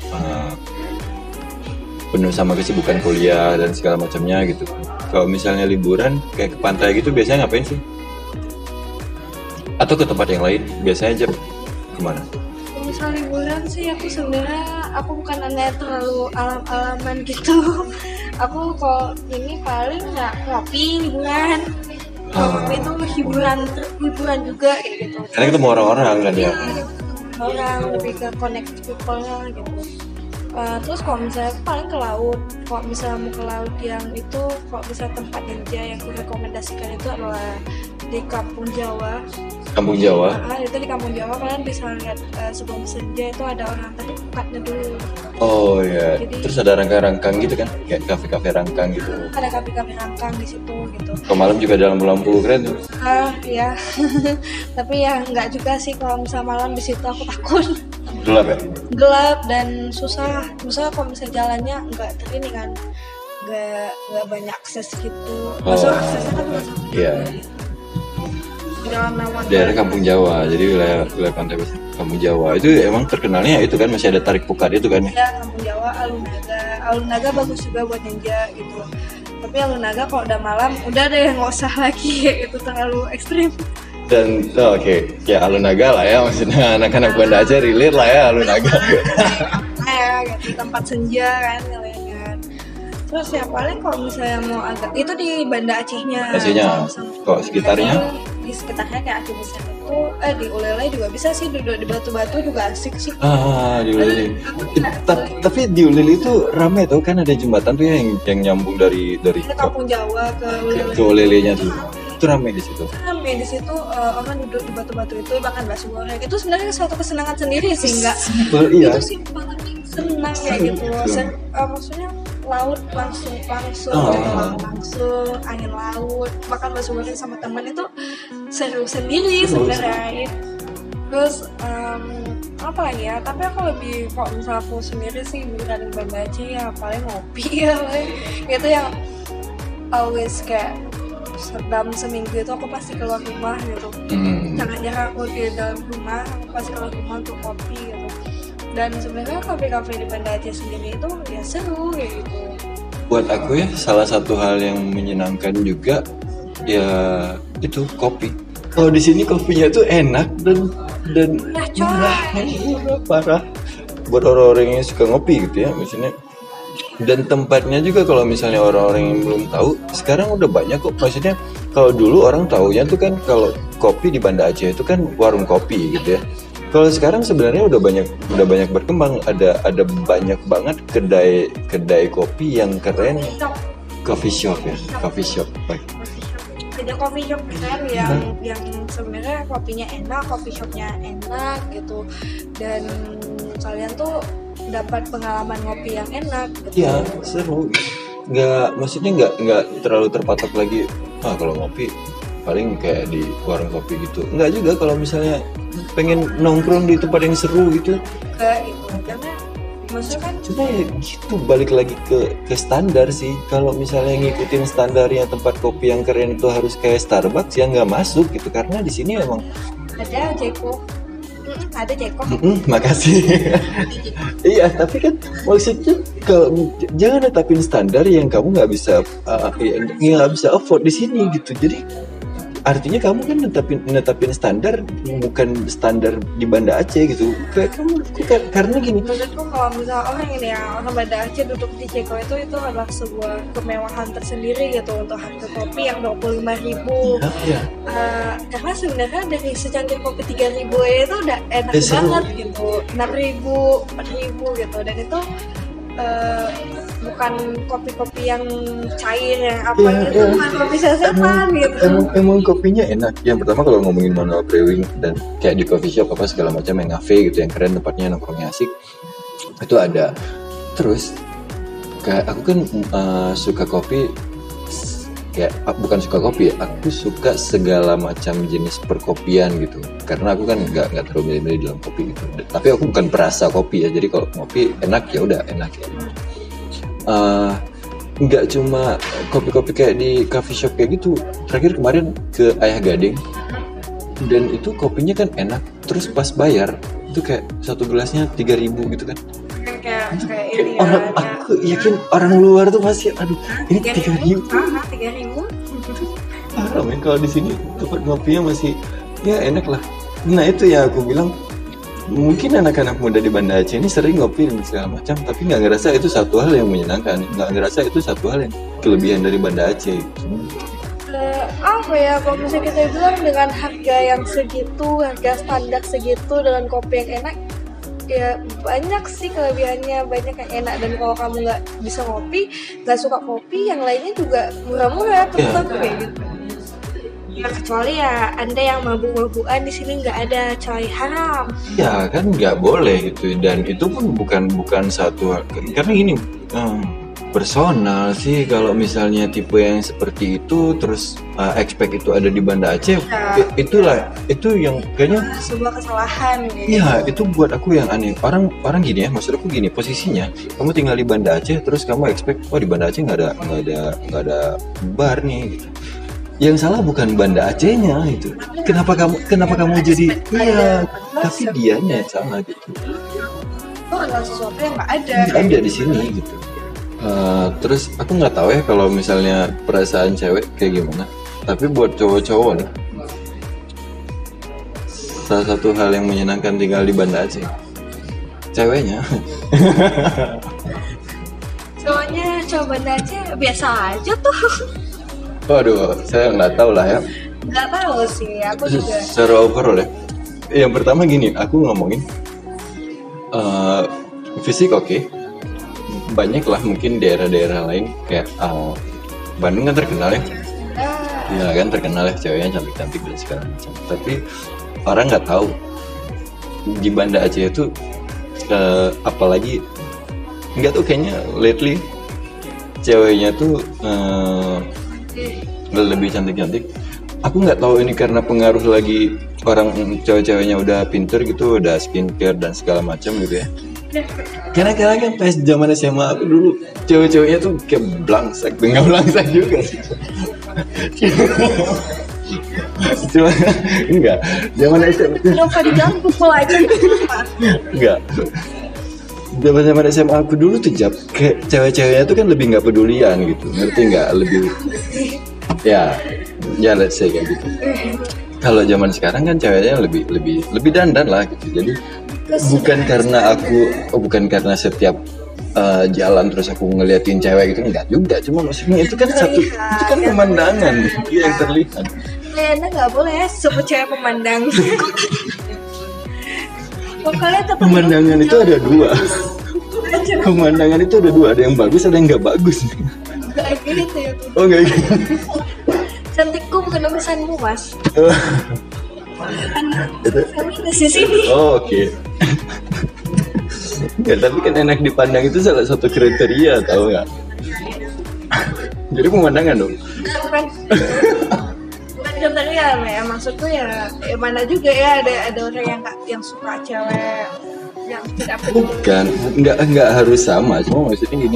penuh sama kesibukan kuliah dan segala macamnya gitu. Kalau misalnya liburan kayak ke pantai gitu, biasanya ngapain sih? Atau ke tempat yang lain? Biasanya aja kemana? Misal liburan sih aku bukan anak terlalu alam-alaman gitu. Aku kalau ini paling nggak ngopi liburan. Ngopi itu hiburan juga gitu. Karena ketemu orang-orang kan ya. Orang lebih ke connect people-nya gitu. Terus kalau misalnya paling ke laut, kalau misalnya mau ke laut yang itu, kalau misalnya tempat ninja yang aku rekomendasikan itu adalah di Kampung Jawa. Kampung Jawa. Itu di Kampung Jawa kalian bisa lihat sebelum senja itu ada orang tadi bukanya dulu. Oh ya. Terus ada rangkang-rangkang gitu kan, kayak kafe-kafe rangkang gitu. Ada kafe-kafe rangkang di situ gitu. Kalau malam juga ada lampu-lampu keren tuh. Iya. Tapi ya nggak juga sih kalau misalnya malam di situ, aku takut. Gelap ya? Gelap dan susah. Misalnya kalau misalnya jalannya nggak ini kan, nggak banyak akses gitu. Maksudnya aksesnya kan nggak sampai. Iya. Daerah Kampung Jawa, jadi wilayah pantai Kampung Jawa itu emang terkenalnya itu kan masih ada tarik pukat itu kan? Ya, Kampung Jawa, Alun Naga bagus juga buat ninja gitu. Tapi Alun Naga kalau udah malam udah deh nggak usah lagi, itu terlalu ekstrim. Dan oke, ya Alun Naga lah ya, maksudnya anak-anak Banda Aceh relate lah ya Alun Naga. Ya, gitu, tempat senja kan kalian. Terus ya paling kalau misalnya mau agak itu di Banda Acehnya. Kok sekitarnya? Di sekitarnya kayak Aceh Besar itu, di Ulele juga bisa sih, duduk di batu-batu juga asik sih. Di Ulele. Tapi di Ulele itu ramai tuh kan, ada jembatan tuh yang nyambung dari Kampung Jawa ke Ulele. Ke Ulelenya tuh. Itu ramai di situ. Ramai di situ, orang duduk di batu-batu itu makan bakso goreng. Itu sebenarnya suatu kesenangan sendiri sih, enggak? Iya. Itu simpel tapi senang kayak gitu. Maksudnya laut langsung angin laut, makan bakso goreng sama teman itu seru sendiri sebenarnya. Terus apa lagi ya, tapi aku lebih kalau misalnya aku sendiri sih bukan Banda Aceh ya paling ngopi ya itu yang always kayak dalam seminggu itu aku pasti keluar rumah gitu. Jangan aku di dalam rumah, aku pasti keluar rumah untuk kopi gitu. Dan sebenarnya kafe-kafe di Banda Aceh sendiri itu ya seru kayak gitu. Buat aku ya salah satu hal yang menyenangkan juga ya itu kopi. Kalau di sini kopinya tuh enak dan murah parah. Buat orang-orang yang suka ngopi gitu ya, maksudnya. Dan tempatnya juga kalau misalnya orang-orang yang belum tahu, sekarang udah banyak kok. Maksudnya kalau dulu orang taunya tuh kan kalau kopi di Banda Aceh itu kan warung kopi gitu ya. Kalau sekarang sebenarnya udah banyak berkembang, ada banyak banget kedai kopi yang keren. Coffee shop ya, coffee shop. Ada coffee shop keren yang sebenarnya kopinya enak, coffee shopnya enak gitu, dan kalian tuh dapat pengalaman ngopi yang enak gitu. Iya, seru. Maksudnya nggak terlalu terpatok lagi. Kalau ngopi paling kayak di warung kopi gitu. Enggak juga kalau misalnya pengen nongkrong di tempat yang seru gitu. Karena maksudnya kan cuma ya gitu, balik lagi ke standar sih. Kalau misalnya ngikutin standarnya tempat kopi yang keren itu harus kayak Starbucks ya nggak masuk gitu, karena di sini emang ada Jeko. Makasih. Iya, tapi kan maksudnya kalau jangan netapin standar yang kamu nggak bisa afford di sini gitu. Jadi artinya kamu kan netapin standar bukan standar di Banda Aceh gitu. Kayak kamu karena gini. Menurutku kalau misalnya orang Banda Aceh duduk di Ceko itu adalah sebuah kemewahan tersendiri gitu untuk harga kopi yang 25.000. Iya. Karena sebenarnya dari secangkir kopi 3.000 itu udah enak banget gitu. 6.000, 4.000 gitu, dan itu bukan kopi-kopi yang cair yang apa gitu, bukan kopi sasetan gitu. Emang kopinya enak. Yang pertama kalau ngomongin manual brewing dan kayak di coffee shop apa segala macam yang cafe gitu yang keren, tempatnya nongkrongnya asik, itu ada. Terus kayak aku kan suka kopi ya, bukan suka kopi, aku suka segala macam jenis perkopian gitu. Karena aku kan nggak terlalu milih-milih dalam kopi gitu. Tapi aku bukan perasa kopi ya. Jadi kalau ngopi enak ya udah enak ya. Nggak cuma kopi-kopi kayak di coffee shop kayak gitu. Terakhir kemarin ke Ayah Gading, dan itu kopinya kan enak. Terus pas bayar itu kayak satu gelasnya 3.000 gitu kan. Kayak ini orang ya, aku yakin orang luar tuh pasti ini 3.000. 3.000. Parah men, kalau di sini tempat ngopinya masih ya enak lah. Nah itu ya aku bilang, mungkin anak-anak muda di Banda Aceh ini sering ngopi dan segala macam, tapi nggak ngerasa itu satu hal yang menyenangkan, nggak ngerasa itu satu hal yang kelebihan dari Banda Aceh. Apa ya, kalau misalnya kita bilang dengan harga yang segitu, harga standar segitu dengan kopi yang enak, ya banyak sih kelebihannya, banyak yang enak. Dan kalau kamu nggak bisa ngopi, nggak suka kopi, yang lainnya juga murah-murah tetap kayak gitu. Ya, kecuali ya Anda yang mabuk-mabukan di sini nggak ada, coy, haram. Ya kan nggak boleh gitu, dan itu pun bukan satu karena gini, personal sih kalau misalnya tipe yang seperti itu terus expect itu ada di Banda Aceh, itu yang kayaknya sebuah kesalahan gitu. Iya, itu buat aku yang aneh. Orang gini ya, maksud aku gini, posisinya kamu tinggal di Banda Aceh terus kamu expect di Banda Aceh nggak ada bar nih gitu. Yang salah bukan Banda Acehnya itu. Kenapa kamu jadi tapi dianya yang salah gitu. Itu adalah sesuatu yang nggak ada di sini gitu. Terus aku nggak tahu ya kalau misalnya perasaan cewek kayak gimana. Tapi buat cowok-cowok nih, salah satu hal yang menyenangkan tinggal di Banda Aceh, ceweknya. Cowok Banda Aceh biasa aja tuh. Waduh, saya nggak tahu lah ya. Nggak tahu sih, aku juga. Secara overall ya. Yang pertama gini, aku ngomongin fisik oke. Banyak lah mungkin daerah-daerah lain kayak Bandung kan terkenal ya. Iya kan terkenal ya ceweknya cantik-cantik dan segala macam. Tapi orang nggak tahu di Banda Aceh itu apalagi nggak tuh kayaknya lately ceweknya tuh lebih cantik-cantik. Aku nggak tahu ini karena pengaruh lagi orang cewek-ceweknya udah pinter gitu, udah skincare dan segala macam gitu ya. Karena kan pas zaman SMA aku dulu cewek-ceweknya tuh kayak belangsak, nggak belangsak juga sih. Cuma enggak zaman SMA. Kenapa diganggu aja? Enggak. Zaman SMA aku dulu tuh kayak cewek-ceweknya tuh kan lebih nggak pedulian gitu, ngerti nggak? Lebih ya let's say kayak gitu. Kalau zaman sekarang kan ceweknya lebih dandan lah gitu. Jadi bukan karena setiap jalan terus aku ngeliatin cewek gitu, enggak juga. Cuma maksudnya itu kan itu kan pemandangan yang terlihat. Anda nggak boleh ya sebut cewek pemandang. Pemandangan itu ada dua. Pemandangan itu ada dua, ada yang bagus, ada yang nggak bagus. Nggak gitu ya. Oh nggak gitu. Cantikku bukan urusanmu, Mas. Kami di sini. Oh, oke. Ya, tapi kan enak dipandang itu salah satu kriteria, tahu nggak? Jadi pemandangan dong. Bukan kriteria, ya maksudku ya mana juga ya ada orang yang suka cewek yang tidak peduli. Bukan, nggak harus sama, cuma maksudnya gini.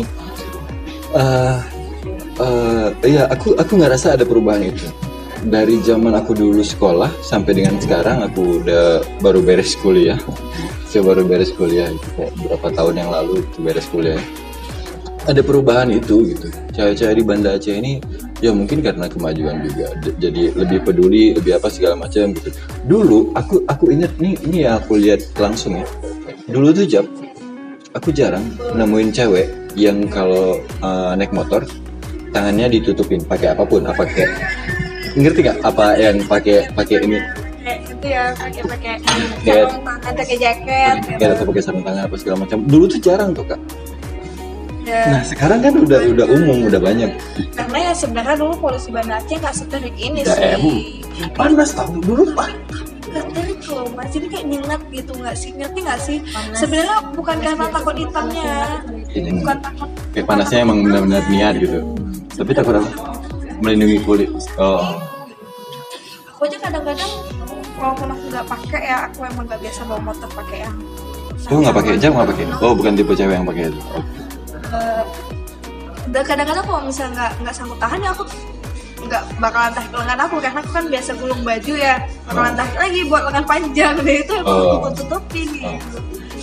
Ya aku ngerasa ada perubahan itu. Dari zaman aku dulu sekolah sampai dengan sekarang aku udah baru beres kuliah. Saya baru beres kuliah itu kayak beberapa tahun yang lalu itu beres kuliah. Ada perubahan itu gitu. Cewek-cewek di Banda Aceh ini ya mungkin karena kemajuan juga. Jadi lebih peduli, lebih apa segala macam gitu. Dulu aku ingat ini ya aku lihat langsung ya. Dulu tuh aku jarang nemuin cewek yang kalau naik motor tangannya ditutupin pakai apapun, apa kayak ngerti nggak apa yang pakai ini itu ya pakai sarung tangan, pakai jaket gitu. Atau pakai sarung tangan apa segala macam. Dulu tuh jarang tuh Kak. Ya. Nah sekarang kan udah umum, udah banyak. Karena ya sebenarnya dulu polisi Banda Aceh nggak seterik ini sih. Panas tahu dulu Pak. Terik loh Mas, ini kayak nyengat gitu nggak sih, ngerti nggak sih? Sebenarnya bukan karena takut hitamnya, bukan takut. Kayak panasnya emang benar-benar niat gitu. Tapi takut apa? Melindungi kulit. Oh. Aku aja kadang-kadang walaupun aku nggak pakai ya, aku emang nggak biasa bawa motor pakai yang. Kamu nggak pakai jam, nggak pakai? Oh bukan tipe cewek yang pakai itu. Dan kadang-kadang kalau misalnya nggak sanggup tahan ya aku nggak bakalan tarik lengan aku karena aku kan biasa gulung baju ya, bakalan tarik lagi buat lengan panjang deh itu aku tutupin gitu.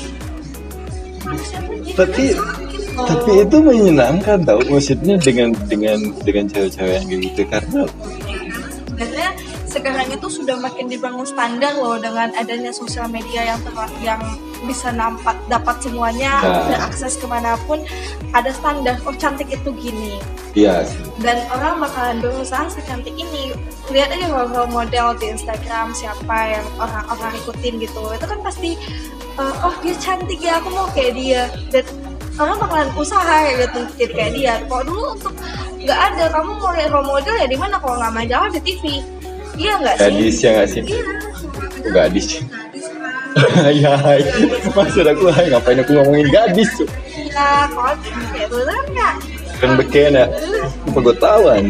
Tapi itu menyenangkan tau, maksudnya dengan cewek-cewek yang gitu karena sebenarnya sekarang itu sudah makin dibangun standar loh dengan adanya sosial media yang bisa dapat semuanya, akses kemanapun ada standar. Oh cantik itu gini. Iya. Dan orang bakalan berusaha secantik ini. Lihat aja role model di Instagram siapa yang orang ikutin gitu. Itu kan pasti oh dia cantik ya, aku mau kayak dia. Dan orang bakalan usaha gitu jadi kayak dia. Kalau dulu untuk nggak ada, kamu mau lihat role model ya di mana kalau nggak majalah di TV. Iya nggak sih? Gadis ya nggak sih? Iya. Gadis. Ya, maksud aku ngapain aku ngomongin gadis tuh? Ya, konteks ya, bener nggak? Kan beken ya, apa gue tawan?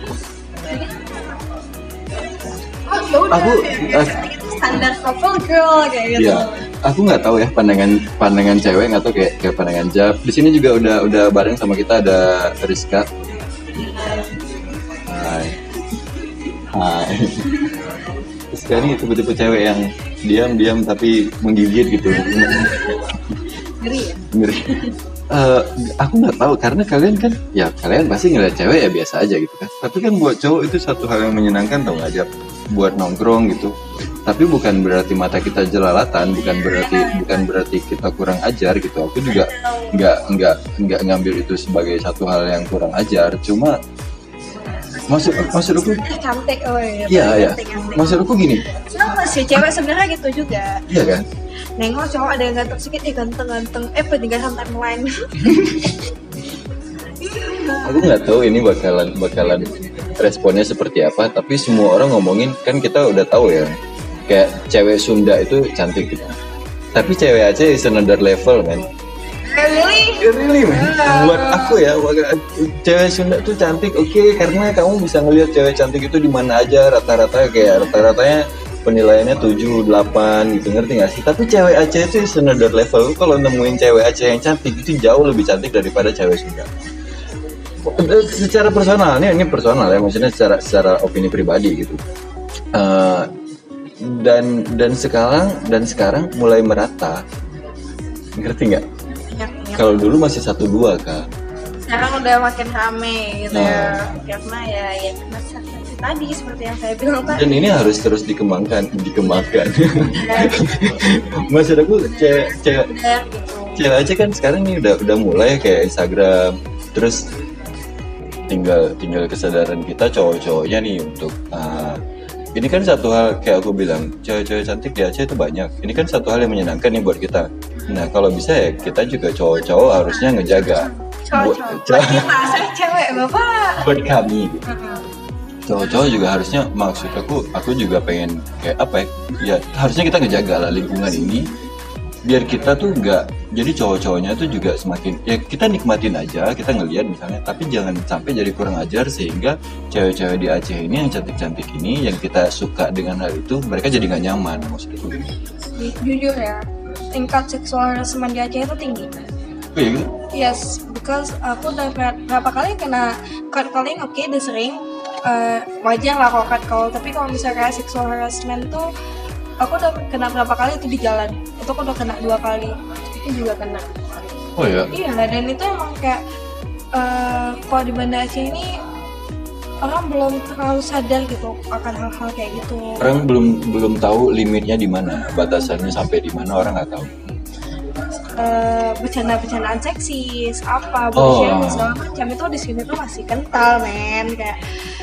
Oh, yaudah. Aku itu standar couple girl kayak gitu. ya, aku nggak tahu ya pandangan cewek nggak tahu kayak pandangan Jap. Di sini juga udah bareng sama kita ada Rizka. Hai. Rizka ini tipe-tipe cewek yang diam tapi menggigit gitu. Ngeri ya? Ngeri. Aku nggak tahu karena kalian pasti ngeliat cewek ya biasa aja gitu kan. Tapi kan buat cowok itu satu hal yang menyenangkan tau nggak, Jap? Buat nongkrong gitu. Tapi bukan berarti mata kita jelalatan, bukan berarti kita kurang ajar gitu. Aku juga nggak ngambil itu sebagai satu hal yang kurang ajar. Cuma maksud aku cantik, oh iya. Maksud aku gini. Sama sih cewek sebenarnya gitu juga. Iya kan? Nengok cowok ada yang ganteng sedikit, ganteng-ganteng, pentingkan timeline. Aku nggak tahu ini bakalan responnya seperti apa, tapi semua orang ngomongin kan kita udah tahu ya, kayak cewek Sunda itu cantik gitu. Tapi cewek Aceh is another level, man. Really, man. Buat aku ya, cewek Sunda tuh cantik, oke, karena kamu bisa ngelihat cewek cantik itu di mana aja, rata-ratanya penilaiannya 7, 8 gitu, ngerti gak sih? Tapi cewek Aceh itu is another level. Kalau nemuin cewek Aceh yang cantik itu jauh lebih cantik daripada cewek Sunda. Secara personalnya, ini personal ya, maksudnya secara opini pribadi gitu. Dan sekarang mulai merata, ngerti nggak? Kalau dulu masih 1-2 Kak. Sekarang udah makin rame gitu ya, karena ya tadi seperti yang saya bilang tadi. Dan ini harus terus dikembangkan. Maksud aku cewek aja kan sekarang ini udah mulai kayak Instagram, terus tinggal kesadaran kita cowok-cowoknya nih untuk ini kan satu hal kayak aku bilang, cewek-cewek cantik di Aceh itu banyak. Ini kan satu hal yang menyenangkan nih buat kita. Nah kalau bisa ya kita juga cowok-cowok harusnya ngejaga. Buat kita, saya cewek bapak. Buat kami. Cowok-cowok juga harusnya, maksud aku juga pengen kayak apa ya? Harusnya kita ngejaga lah lingkungan ini. Biar kita tuh nggak, jadi cowok-cowoknya tuh juga semakin ya kita nikmatin aja, kita ngelihat misalnya, tapi jangan sampai jadi kurang ajar sehingga cewek-cewek di Aceh ini yang cantik-cantik ini yang kita suka dengan hal itu mereka jadi nggak nyaman, maksudku. Jujur ya, tingkat seksual harassment di Aceh itu tinggi. Oh iya? Yes, because aku udah berapa kali kena catcalling, oke, udah sering. Wajar lah kalau catcall, tapi kalau misalnya kayak sexual harassment tuh aku udah kena berapa kali itu di jalan. Itu aku udah kena 2 kali. Itu juga kena. Oh iya? Iya, dan itu emang kayak kalau di Banda Aceh ini orang belum terlalu sadar gitu akan hal-hal kayak gitu. Orang belum tahu limitnya di mana, batasannya sampai di mana orang nggak tahu. Bercanda-bercandaan seksis, bullshit segala macam itu di sini tuh masih kental, men. Kayak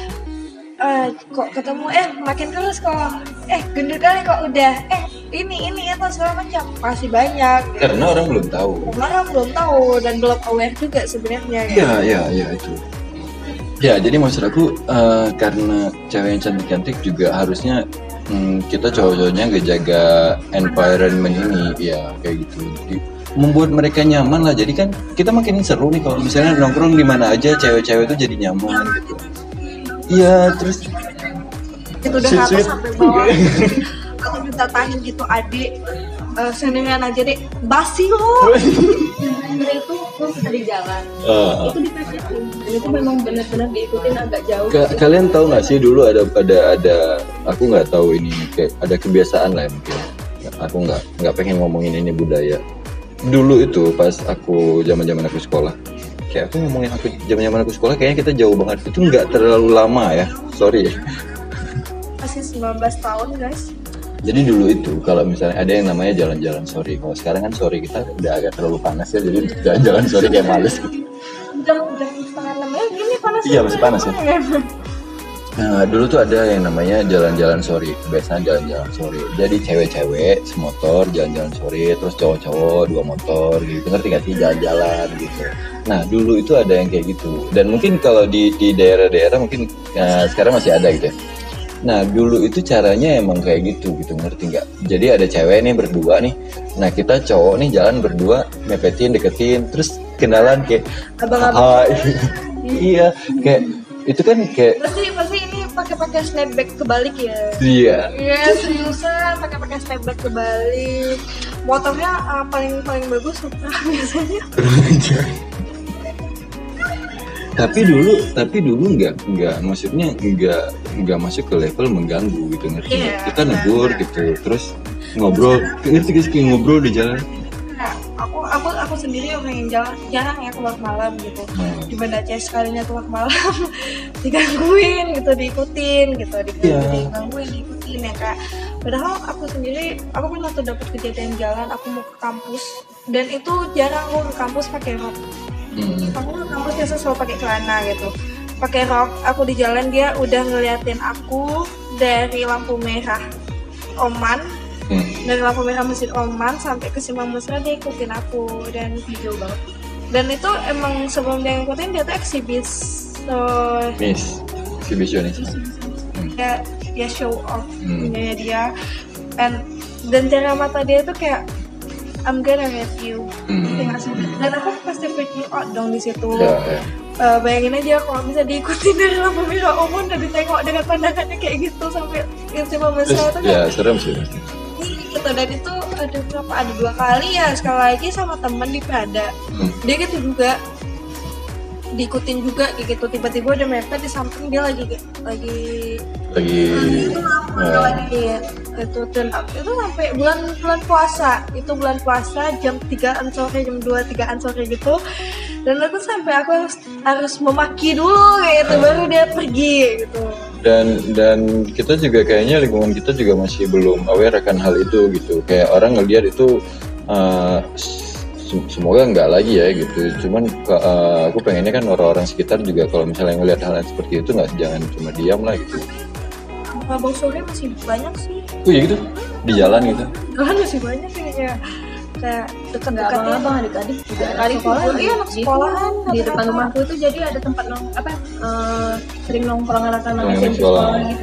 kok ketemu makin terus kok gendut kali kok udah ini itu segala macam masih banyak gitu. Karena orang belum tahu Dan belum aware juga sebenarnya. Iya itu. Ya jadi maksud aku karena cewek yang cantik-cantik juga harusnya kita cowok-cowoknya ngejaga environment ini ya kayak gitu. Jadi membuat mereka nyaman lah. Jadi kan kita makin seru nih kalau misalnya nongkrong di mana aja cewek-cewek itu jadi nyaman gitu. Iya, terus itu udah atas sampai bawah. Aku minta tanya gitu, adik, sendirian aja deh, basi lo. Itu kita di jalan, itu dikasihin, dan itu memang benar-benar diikutin agak jauh. Kalian tahu nggak sih dulu ada aku nggak tahu ini kayak ada kebiasaan lah mungkin. Aku nggak pengen ngomongin ini budaya. Dulu itu pas aku zaman aku sekolah. Kayak aku ngomongin aku zaman aku sekolah kayaknya kita jauh banget, itu nggak terlalu lama ya, sorry ya. Masih 19 tahun guys. Jadi dulu itu kalau misalnya ada yang namanya jalan-jalan sore, kalau sekarang kan sore kita udah agak terlalu panas ya, jadi jalan-jalan sore kayak males gitu. Jam 5:30 gini panas. Iya masih panas ya. Nah dulu tuh ada yang namanya jalan-jalan sore, biasanya jalan-jalan sore. Jadi cewek-cewek semotor jalan-jalan sore, terus cowok-cowok 2 motor gitu, ngerti gak sih, jalan-jalan gitu. Nah dulu itu ada yang kayak gitu, dan mungkin kalau di daerah-daerah mungkin sekarang masih ada gitu ya. Nah dulu itu caranya emang kayak gitu ngerti nggak? Jadi ada cewek nih berdua nih, nah kita cowok nih jalan berdua mepetin deketin terus kenalan kayak abang-abang. Iya kayak itu kan kayak pasti ini pakai snapback kebalik ya. Iya Seriusan pakai snapback kebalik, motornya paling bagus Supra biasanya. tapi dulu nggak maksudnya nggak masuk ke level mengganggu gitu ngerti. Kita negur gitu terus ngobrol ngerti guys, kayak ngobrol di jalan. Nah, aku sendiri orang yang jarang ya keluar malam gitu. Di Banda Aceh sekalinya keluar malam digangguin gitu, diikutin ya kak. Padahal aku pernah tuh dapat kejadian jalan, aku mau ke kampus dan itu jarang aku ke kampus pakai rok. Aku ke kampus biasa selalu pakai celana gitu, pakai rok. Aku di jalan dia udah ngeliatin aku dari lampu merah Oman, dari lampu merah Masjid Oman sampai ke Simpang Mesra dia ikutin aku dan video banget. Dan itu emang sebelum dia ngikutin dia tuh exhibitionist. Ya show off punyanya dia, dan cara mata dia tuh kayak I'm gonna hit you. Dan aku pasti freaking out dong di situ. Bayangin aja kalau bisa diikutin dari lampu merah umum dan ditengok dengan pandangannya kayak gitu sampai Simpang Mesra itu ya serem sih. Gitu, dan itu ada 2 kali ya, sekali lagi sama temen di Prada. Dia gitu juga diikutin juga kayak gitu, tiba-tiba udah mepet di samping dia lagi itu dan itu sampai bulan puasa jam 3-an sore, jam 2-3-an sore gitu. Dan itu sampai aku harus memaki dulu kayak itu baru dia pergi gitu. Dan kita juga kayaknya lingkungan kita juga masih belum aware akan hal itu gitu. Kayak orang ngelihat itu semoga enggak lagi ya gitu. Cuman aku pengennya kan orang-orang sekitar juga kalau misalnya ngelihat hal yang seperti itu jangan cuma diam lah gitu. Abang sore masih banyak sih. Oh iya gitu di jalan gitu. Jalan masih banyak kayak dekat-dekatnya. Abang adik-adik juga adik sekolah, iya anak sekolahan di depan rumahku itu jadi ada tempat sering nongkrong anak-anak sekolah gitu.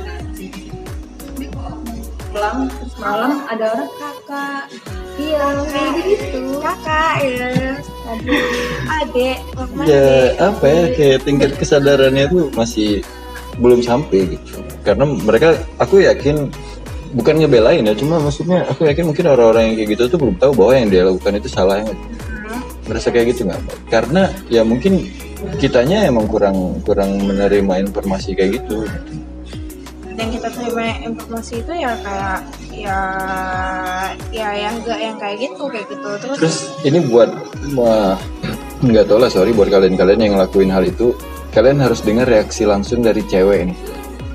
Pulang terus malam ada orang kakak. Iya, kayak gitu. Kakak ya. Adik. Ya apa ya kayak tingkat kesadarannya tuh masih belum sampai gitu. Karena mereka, aku yakin bukan ngebelain ya, cuma maksudnya aku yakin mungkin orang-orang yang kayak gitu tuh belum tahu bahwa yang dia lakukan itu salah. Merasa kayak gitu nggak? Karena ya mungkin kitanya emang kurang menerima informasi kayak gitu. Yang kita terima informasi itu ya kayak yang kayak gitu. Terus ini buat nggak tahu lah, sorry buat kalian yang ngelakuin hal itu, kalian harus dengar reaksi langsung dari cewek ini.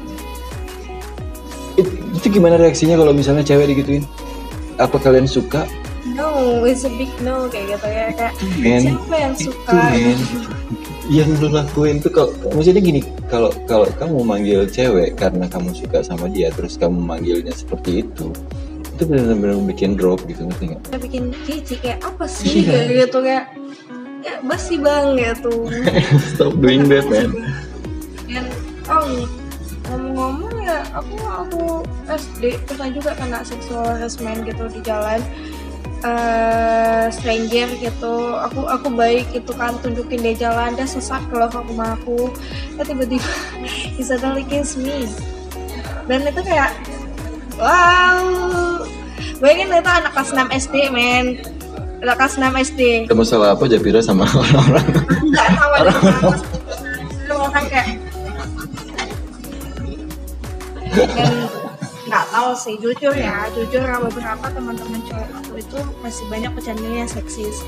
Itu gimana reaksinya kalau misalnya cewek digituin? Apa kalian suka? No, it's a big no kayak gitu ya, kayak siapa yang suka? Yang lu lakuin tuh kalau maksudnya gini, kalau kamu manggil cewek karena kamu suka sama dia, terus kamu manggilnya seperti itu benar-benar bikin drop gitu, ngerti nggak? Bikin jijik kayak apa sih kayak gitu, kayak ya basi bang gitu. Stop doing that man. Dan ngomong-ngomong ya, aku SD pernah juga kena sexual harassment gitu di jalan. Stranger gitu, aku baik itu kan, tunjukin dia jalan, dia sesat keluar ke rumah aku, tiba-tiba he suddenly kiss me, dan itu kayak wow, bayangin itu anak kelas 6 SD men, anak kelas 6 SD. Ada masalah apa Japira sama orang-orang? Nggak tahu orang kayak nggak tahu sih, jujur beberapa teman-teman cowok aku itu masih banyak bercandanya seksis,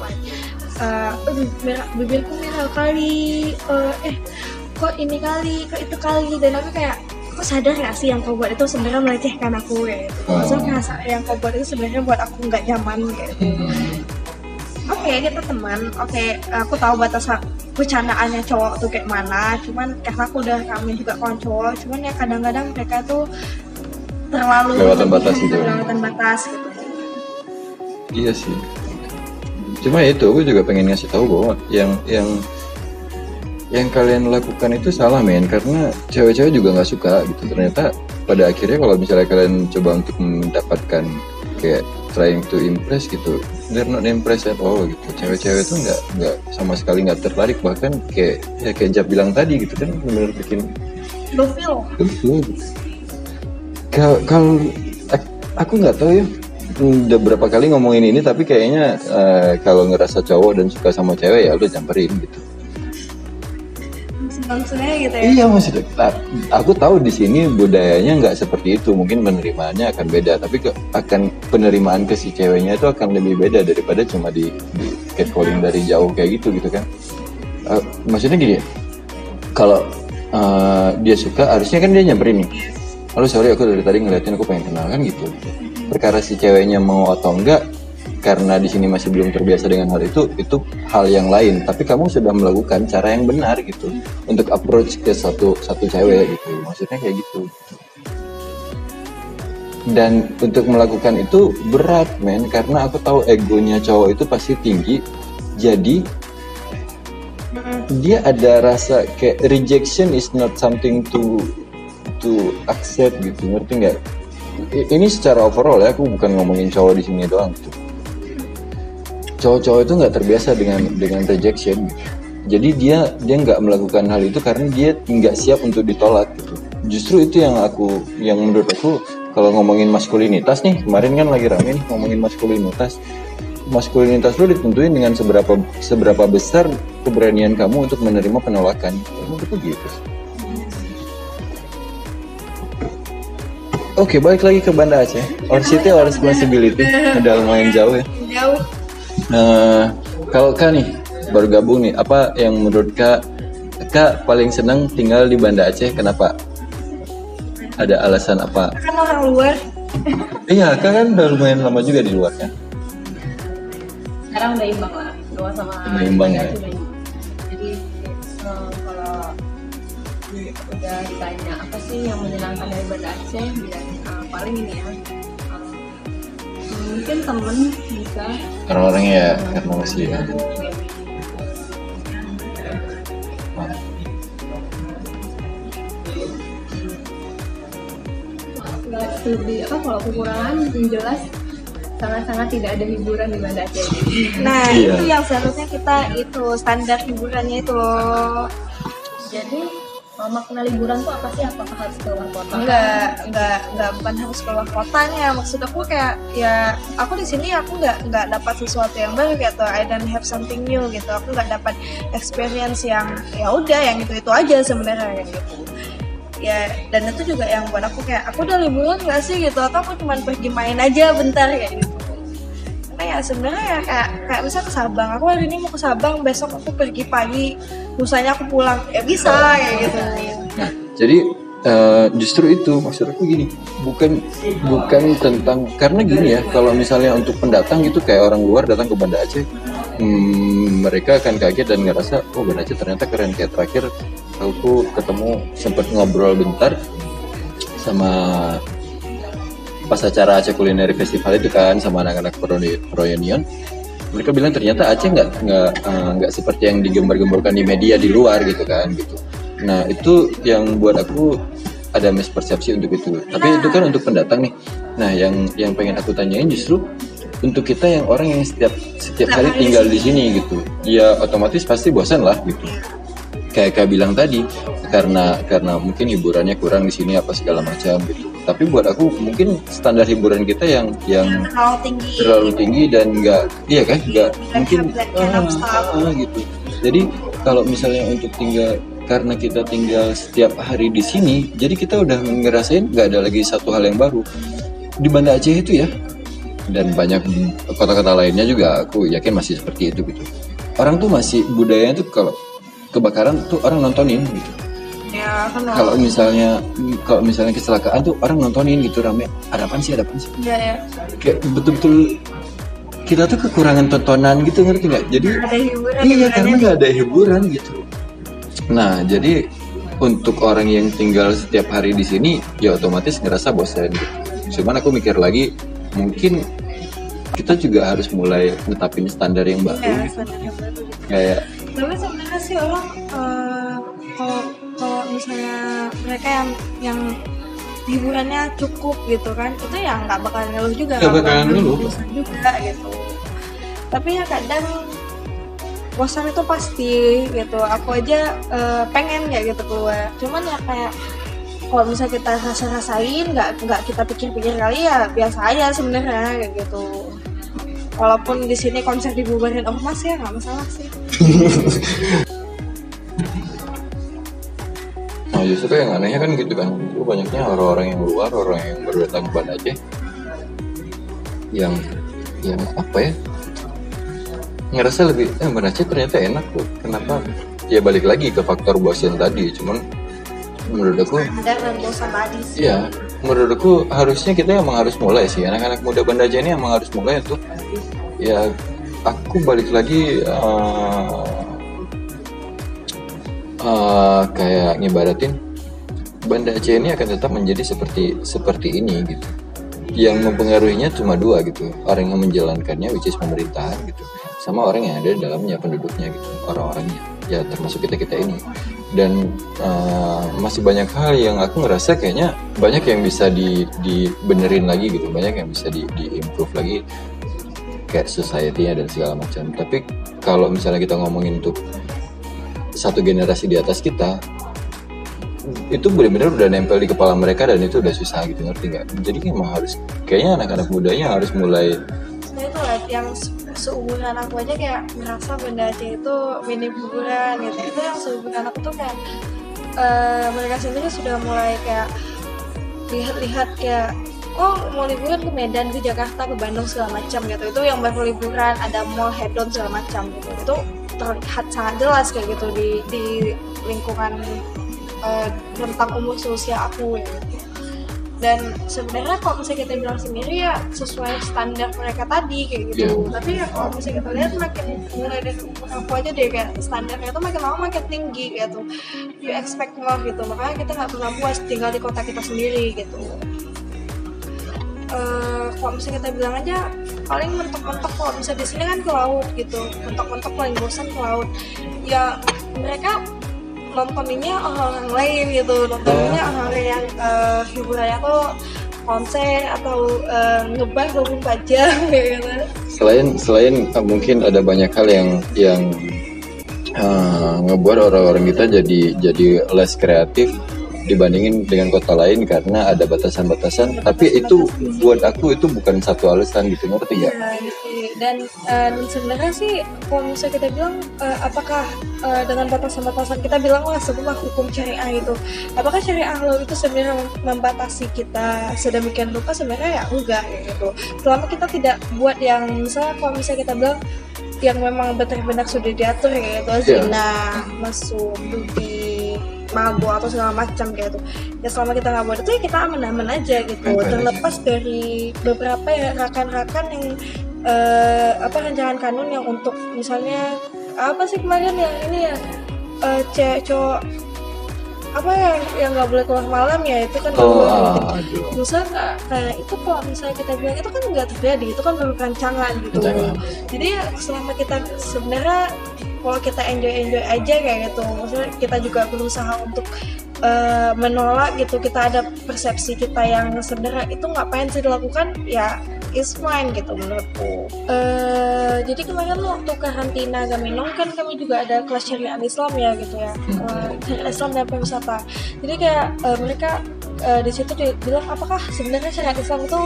bibirku merah kali, kok ini kali, kok itu kali, dan aku kayak, kok sadar gak sih yang kau buat itu sebenarnya melecehkan aku kayak gitu. Maksudnya yang kau buat itu sebenarnya buat aku nggak nyaman kayak gitu. Oke, kita teman, aku tahu batas bercandaannya cowok tuh kayak mana, cuman karena aku udah kami juga kawan cowok, cuman ya kadang-kadang mereka tuh terlalu lewatan batas gitu. Iya sih. Cuma itu aku juga pengen ngasih tahu bahwa yang yang kalian lakukan itu salah men, karena cewek-cewek juga nggak suka gitu. Ternyata pada akhirnya kalau misalnya kalian coba untuk mendapatkan kayak trying to impress gitu, they're not impressed at all gitu. Cewek-cewek tuh nggak sama sekali nggak tertarik, bahkan kayak Jab bilang tadi gitu kan, benar bikin Ilfil gitu. Kalau aku nggak tahu ya, udah berapa kali ngomongin ini, tapi kayaknya kalau ngerasa cowok dan suka sama cewek ya udah camperin gitu. maksudnya gitu ya. Iya maksudnya, aku tahu di sini budayanya nggak seperti itu, mungkin penerimaannya akan beda, tapi akan penerimaan ke si ceweknya itu akan lebih beda daripada cuma di catcalling dari jauh kayak gitu kan. Maksudnya gini, kalau dia suka harusnya kan dia nyamperin nih, halo sorry aku dari tadi ngeliatin, aku pengen kenal kan gitu. Perkara si ceweknya mau atau enggak, karena di sini masih belum terbiasa dengan hal itu hal yang lain. Tapi kamu sudah melakukan cara yang benar gitu untuk approach ke satu cewek gitu, maksudnya kayak gitu. Dan untuk melakukan itu berat men, karena aku tahu egonya cowok itu pasti tinggi. Jadi dia ada rasa kayak rejection is not something to accept gitu, ngerti nggak? Ini secara overall ya, aku bukan ngomongin cowok di sini doang gitu. Cowok-cowok itu nggak terbiasa dengan rejection gitu. Jadi dia nggak melakukan hal itu karena dia nggak siap untuk ditolak gitu. Justru itu yang menurut aku, kalau ngomongin maskulinitas nih, kemarin kan lagi rame nih ngomongin maskulinitas lu ditentuin dengan seberapa besar keberanian kamu untuk menerima penolakan. Menurut aku gitu. Oke, balik lagi ke Banda Aceh. Our city, our responsibility. Udah lumayan jauh ya. Jauh. Kalau Kak nih baru gabung nih, apa yang menurut Kak paling senang tinggal di Banda Aceh? Kenapa? Ada alasan apa? Kan orang luar. Iya, Kak kan udah lumayan lama juga di luar kan. Sekarang udah imbang lah, luar sama udah imbang ya. Jadi kalau udah ditanya apa sih yang menyenangkan dari Banda Aceh, paling ini ya. Mungkin temen bisa. Orang-orangnya ya, karena masih ya. Lebih kalau kekurangan yang jelas sangat-sangat tidak ada hiburan di Banda Aceh. Nah itu yang seharusnya kita itu standar hiburannya itu loh. Jadi makna liburan tuh apa sih? Apakah harus keluar kota? Enggak, bukan harus keluar kotanya. Maksud aku kayak ya aku di sini aku nggak dapat sesuatu yang baru gitu. I don't have something new gitu. Aku nggak dapat experience yang ya udah yang itu aja sebenarnya gitu. Ya dan itu juga yang buat aku kayak aku udah liburan nggak sih gitu, atau aku cuma pergi main aja bentar kayak gitu. Karena ya sebenarnya ya kayak bisa ke Sabang, aku hari ini mau ke Sabang, besok aku pergi pagi, lusanya aku pulang, ya bisa kayak gitu. Nah jadi justru itu maksud aku gini, bukan tentang, karena gini ya, kalau misalnya untuk pendatang gitu kayak orang luar datang ke Banda Aceh, mereka akan kaget dan ngerasa oh Banda Aceh ternyata keren. Kayak terakhir aku ketemu, sempat ngobrol bentar sama pas acara Aceh Culinary Festival itu kan sama anak-anak Proyonion. Mereka bilang ternyata Aceh nggak seperti yang digembar-gemborkan di media di luar gitu kan gitu. Nah itu yang buat aku ada mispersepsi untuk itu. Tapi itu kan untuk pendatang nih. Nah yang pengen aku tanyain justru untuk kita yang orang yang setiap hari tinggal di sini gitu, ya otomatis pasti bosan lah gitu. Kayak bilang tadi, karena mungkin hiburannya kurang di sini apa segala macam gitu. Tapi buat aku mungkin standar hiburan kita yang terlalu tinggi dan nggak mungkin gitu. Jadi kalau misalnya untuk tinggal, karena kita tinggal setiap hari di sini, jadi kita udah ngerasain nggak ada lagi satu hal yang baru di Banda Aceh itu ya. Dan banyak kota-kota lainnya juga aku yakin masih seperti itu gitu. Orang tuh masih budayanya tuh kalau kebakaran tuh orang nontonin gitu. Ya, kalau misalnya kecelakaan tuh orang nontonin gitu, rame. Ada apaan sih? Iya ya. Kayak betul-betul kita tuh kekurangan tontonan gitu, ngerti nggak? Jadi ada hiburan. Iya, karena nggak ada hiburan gitu. Nah, jadi untuk orang yang tinggal setiap hari di sini, ya otomatis ngerasa bosan gitu. Cuman aku mikir lagi, mungkin kita juga harus mulai netapin standar yang baru. Iya, standar yang baru gitu. Kayak tapi sebenarnya sih orang kalau misalnya mereka yang hiburannya cukup gitu kan, itu ya nggak bakalan ngeluh juga, nggak bakalan ngeluh juga gitu. Tapi ya kadang bosan itu pasti gitu. Aku aja pengen kayak gitu keluar, cuman ya kayak kalau misalnya kita rasain nggak kita pikir-pikir kali ya biasa aja sebenarnya kayak gitu. Walaupun di sini konser dibubarin ormas ya nggak masalah sih. Nah justru yang anehnya kan gitu kan, itu banyaknya orang-orang yang luar, orang yang baru datang ke Banda Aceh yang apa ya, ngerasa lebih Banda Aceh ternyata enak tuh. Kenapa? Ya balik lagi ke faktor bosan tadi. Cuman menurut aku bosan tadi sih. Iya, menurut aku harusnya kita emang harus mulai sih, anak-anak muda Banda Aceh ini emang harus mulai untuk ya, aku balik lagi kayak ngibaratin Banda Aceh ini akan tetap menjadi seperti ini gitu. Yang mempengaruhinya cuma dua gitu, orang yang menjalankannya which is pemerintahan gitu, sama orang yang ada di dalamnya, penduduknya gitu, orang-orangnya ya termasuk kita ini. Dan masih banyak hal yang aku ngerasa kayaknya banyak yang bisa dibenerin lagi gitu, banyak yang bisa di-improve lagi kayak society-nya dan segala macam. Tapi kalau misalnya kita ngomongin untuk satu generasi di atas kita, itu benar-benar udah nempel di kepala mereka dan itu udah susah gitu, ngerti nggak? Jadi emang harus, kayaknya anak-anak mudanya harus mulai. Nah itu lah yang seumuran aku aja kayak merasa Banda Aceh itu minim hiburan gitu. Itu yang seumuran aku tuh kayak mereka sendiri sudah mulai kayak lihat-lihat kayak mau liburan ke Medan, ke Jakarta, ke Bandung segala macam gitu. Itu yang baru liburan, ada mall, hedon segala macam gitu. Itu terlihat sangat jelas kayak gitu di lingkungan tentang umur seusia aku gitu. Dan sebenarnya kalau misalnya kita bilang sendiri ya sesuai standar mereka tadi kayak gitu. Tapi ya kalau misalnya kita lihat makin mulai dari aku aja deh kayak standarnya itu makin lama makin tinggi gitu. You expect more gitu, makanya kita nggak pernah puas tinggal di kota kita sendiri gitu. Kalau misalnya kita bilang aja paling mentok-mentok kalau bisa di sini kan ke laut gitu, mentok-mentok paling bosan ke laut. Ya mereka nontoninnya orang lain gitu, nontoninnya orang yang hiburannya tuh konser atau ngebar 24 jam gitu. Selain mungkin ada banyak hal yang ngebuat orang-orang kita jadi less kreatif dibandingin dengan kota lain karena ada batasan-batasan. Tapi itu buat aku itu bukan satu alasan gitu, ngerti nggak? Iya, gitu. Dan sebenarnya sih kalau misalnya kita bilang apakah dengan batasan-batasan kita bilang lah sebuah hukum syariah itu, apakah syariah Allah itu sebenarnya membatasi kita sedemikian rupa? Sebenarnya ya enggak gitu. Selama kita tidak buat yang misalnya kalau misalnya kita bilang yang memang benar-benar sudah diatur gitu, zina, mesum, judi, mabuk atau segala macam kayak itu. Ya selama kita nggak buat itu ya kita aman-aman aja gitu. Terlepas dari beberapa ya rakan-rakan yang rancangan kanun yang untuk misalnya apa sih kemarin yang ini ya cowok apa yang nggak boleh keluar malam ya itu kan misalnya kayak itu kalau misalnya kita bilang itu kan nggak terjadi, itu kan baru rancangan gitu. Jadi ya selama kita sebenarnya kalau kita enjoy aja kayak gitu, maksudnya kita juga berusaha untuk menolak gitu, kita ada persepsi kita yang sebenarnya itu nggak pengen sih dilakukan ya is fine gitu menurutku. Jadi kemarin waktu karantina Gaminong kan kami juga ada kelas syariat Islam ya gitu ya, Islam dan pariwisata. Jadi kayak mereka di situ bilang apakah sebenarnya syariat Islam itu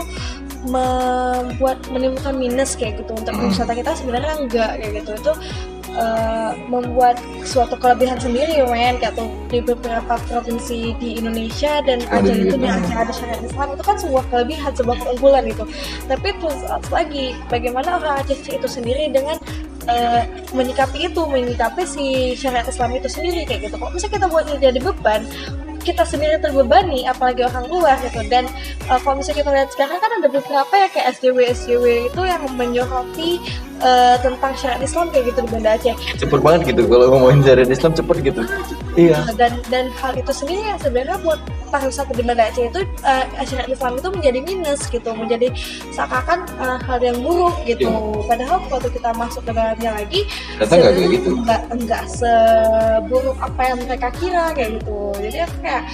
menimbulkan minus kayak gitu untuk pariwisata kita? Sebenarnya enggak kayak gitu. Itu membuat suatu kelebihan sendiri lumayan kayak tuh di beberapa provinsi di Indonesia dan Aceh itu di Aceh ada syariat Islam, itu kan sebuah kelebihan, sebuah keunggulan gitu. Tapi terus lagi bagaimana orang Aceh itu sendiri dengan menyikapi si syariat Islam itu sendiri kayak gitu. Kok misalnya kita buat jadi beban, kita sendiri terbebani, apalagi orang luar gitu. Dan kalau misalnya kita lihat sekarang kan ada beberapa ya kayak SJW itu yang menyoroti tentang syariat Islam kayak gitu di Banda Aceh. Cepet banget gitu kalau ngomongin syariat Islam, cepet gitu. Iya. Dan hal itu sendiri yang sebenarnya buat pariwisata di Banda Aceh itu syariat Islam itu menjadi minus gitu, menjadi seakan-akan hal yang buruk gitu. Padahal waktu kita masuk ke dalamnya lagi, enggak seburuk apa yang mereka kira kayak gitu. Jadi aku kayak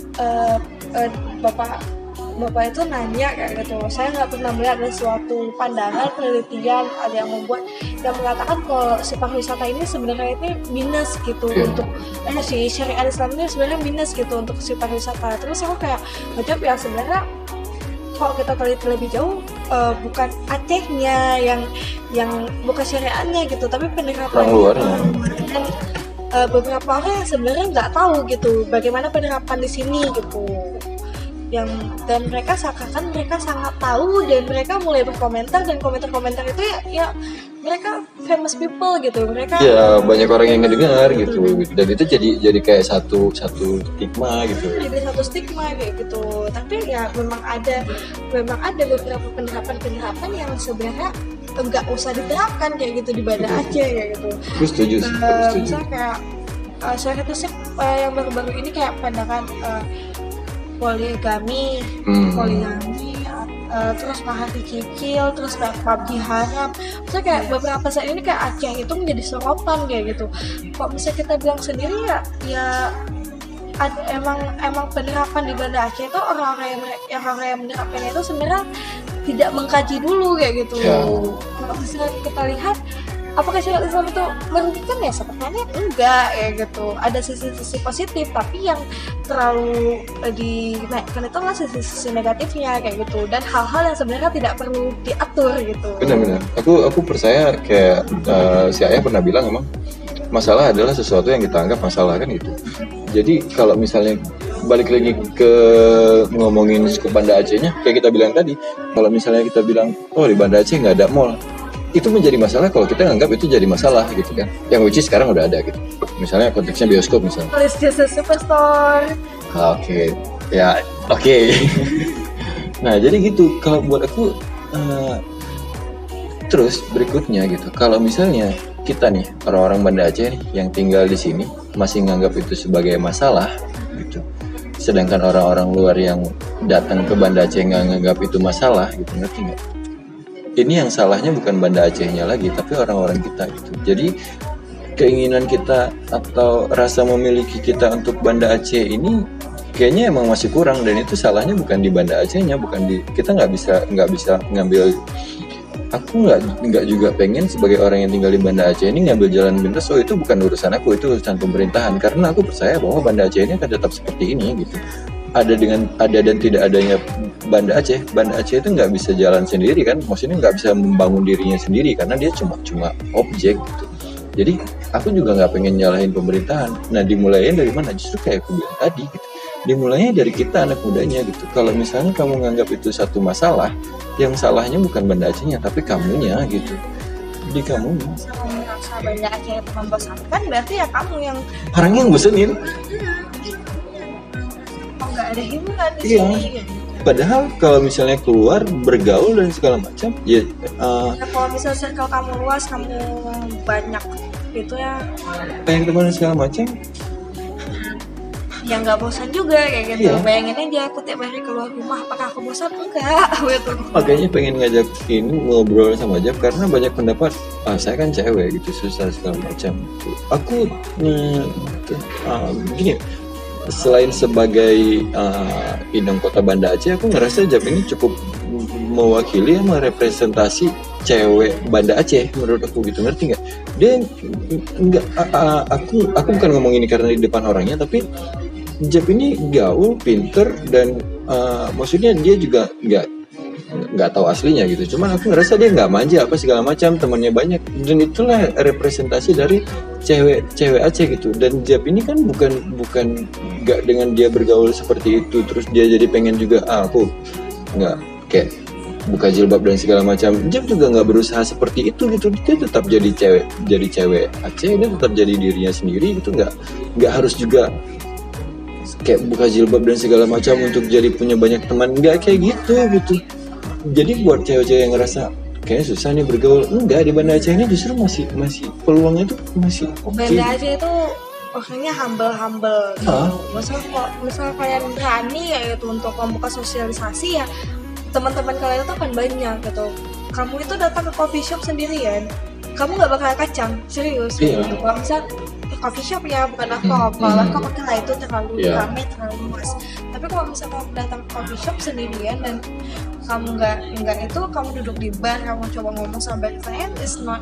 Bapak itu nanya kayak gitu, saya nggak pernah melihat ada suatu pandangan penelitian ada yang mengatakan kalau si pariwisata ini sebenarnya ini minus gitu untuk si syariat Islam ini sebenarnya minus gitu untuk si pariwisata. Terus aku kayak ngejawab ya sebenarnya kalau kita teliti lebih jauh bukan Acehnya yang bukan syariatnya gitu, tapi penerapan luarnya. Dan beberapa orang yang sebenarnya nggak tahu gitu bagaimana penerapan di sini gitu. Dan mereka seakan-akan mereka sangat tahu dan mereka mulai berkomentar, dan komentar-komentar itu ya mereka famous people gitu, mereka ya banyak orang yang ngedengar gitu, dan itu jadi kayak satu stigma gitu. Jadi satu stigma kayak gitu. Tapi ya memang ada beberapa penerapan yang sebenarnya enggak usah diterapkan kayak gitu di Banda Aceh kayak gitu. Gue setuju. Misalnya kayak syariat Islam yang baru-baru ini kayak pandangan poligami, terus mahar dicicil, terus kayak PUBG haram. Terus kayak beberapa saat ini kayak Aceh itu menjadi sorotan kayak gitu. Kok bisa kita bilang sendiri ya emang penerapan di Banda Aceh itu orang-orang yang menerapkannya itu sebenarnya tidak mengkaji dulu kayak gitu. Kalau misalnya kita lihat apakah syariat Islam itu merugikan ya? Sepertinya enggak ya gitu. Ada sisi-sisi positif, tapi yang terlalu dinaikkan itu adalah sisi-sisi negatifnya kayak gitu, dan hal-hal yang sebenarnya tidak perlu diatur gitu. Benar-benar. Aku percaya kayak si Ayah pernah bilang emang masalah adalah sesuatu yang kita anggap masalah kan gitu. Jadi kalau misalnya balik lagi ke ngomongin skup Banda Acehnya, kayak kita bilang tadi, kalau misalnya kita bilang di Banda Aceh nggak ada mall, itu menjadi masalah kalau kita anggap itu jadi masalah gitu kan, yang which is sekarang udah ada gitu. Misalnya konteksnya bioskop misalnya. It's just a superstore. Oke. Nah jadi gitu kalau buat aku. Terus berikutnya gitu, kalau misalnya kita nih orang-orang Banda Aceh nih yang tinggal di sini masih nganggap itu sebagai masalah gitu, sedangkan orang-orang luar yang datang ke Banda Aceh nggak nganggap itu masalah gitu, ngerti nggak? Ini yang salahnya bukan Banda Acehnya lagi, tapi orang-orang kita gitu. Jadi keinginan kita atau rasa memiliki kita untuk Banda Aceh ini kayaknya emang masih kurang, dan itu salahnya bukan di Banda Acehnya, kita nggak bisa ngambil. Aku nggak juga pengen sebagai orang yang tinggal di Banda Aceh ini ngambil jalan pintas. Itu bukan urusan aku, itu urusan pemerintahan. Karena aku percaya bahwa Banda Aceh ini akan tetap seperti ini gitu. Ada dan tidak adanya Banda Aceh itu nggak bisa jalan sendiri kan, maksudnya nggak bisa membangun dirinya sendiri karena dia cuma objek gitu. Jadi aku juga nggak pengen nyalahin pemerintahan. Nah dimulainya dari mana? Justru kayak aku bilang tadi gitu. Dimulainya dari kita anak mudanya gitu. Kalau misalnya kamu nganggap itu satu masalah, yang salahnya bukan Banda Acehnya tapi kamunya gitu. Jadi kamunya. Kalau merasa Banda Aceh itu membosankan, berarti ya kamu yang orangnya yang bosenin. Nggak ada hiburan di sini. Padahal kalau misalnya keluar bergaul dan segala macam, ya kalau misalnya circle kamu luas, kamu banyak gitu ya. Pengen teman segala macam. Ya nggak bosan juga kayak gitu. Bayangin aja aku tiap hari keluar rumah, apakah aku bosan? Enggak gitu. Makanya pengen ngajak ini ngobrol sama Jab karena banyak pendapat. Saya kan cewek gitu, susah segala macam. Aku gini. Selain sebagai indang kota Banda Aceh, aku ngerasa Jab ini cukup mewakili sama representasi cewek Banda Aceh menurut aku gitu, ngerti nggak? Dia nggak, aku bukan ngomong ini karena di depan orangnya, tapi Jab ini gaul, pinter, dan maksudnya dia juga nggak tahu aslinya gitu. Cuman aku ngerasa dia nggak manja apa segala macam, temannya banyak, dan itulah representasi dari cewek Aceh gitu. Dan Jab ini kan bukan nggak dengan dia bergaul seperti itu terus dia jadi pengen juga aku nggak kayak buka jilbab dan segala macam. Jab juga nggak berusaha seperti itu gitu. Dia tetap jadi cewek Aceh, dia tetap jadi dirinya sendiri gitu. Nggak harus juga kayak buka jilbab dan segala macam untuk jadi punya banyak teman, nggak kayak gitu. Jadi buat cewek-cewek yang ngerasa kayaknya susah nih bergaul, enggak, di Banda Aceh ini justru masih peluangnya tuh masih oke. Banda Aceh itu orangnya humble gitu. Misal kalian berani ya itu untuk membuka sosialisasi, ya teman-teman kalian itu akan banyak gitu. Kamu itu datang ke coffee shop sendirian, kamu nggak bakal kacang, serius. Iya. Kalau misal coffee shop ya bukan apa pakai lah itu terlalu ramai, terlalu luas. Tapi kalau misalnya kamu datang ke coffee shop sendirian dan kamu nggak itu, kamu duduk di bar, kamu coba ngomong sama barista, is not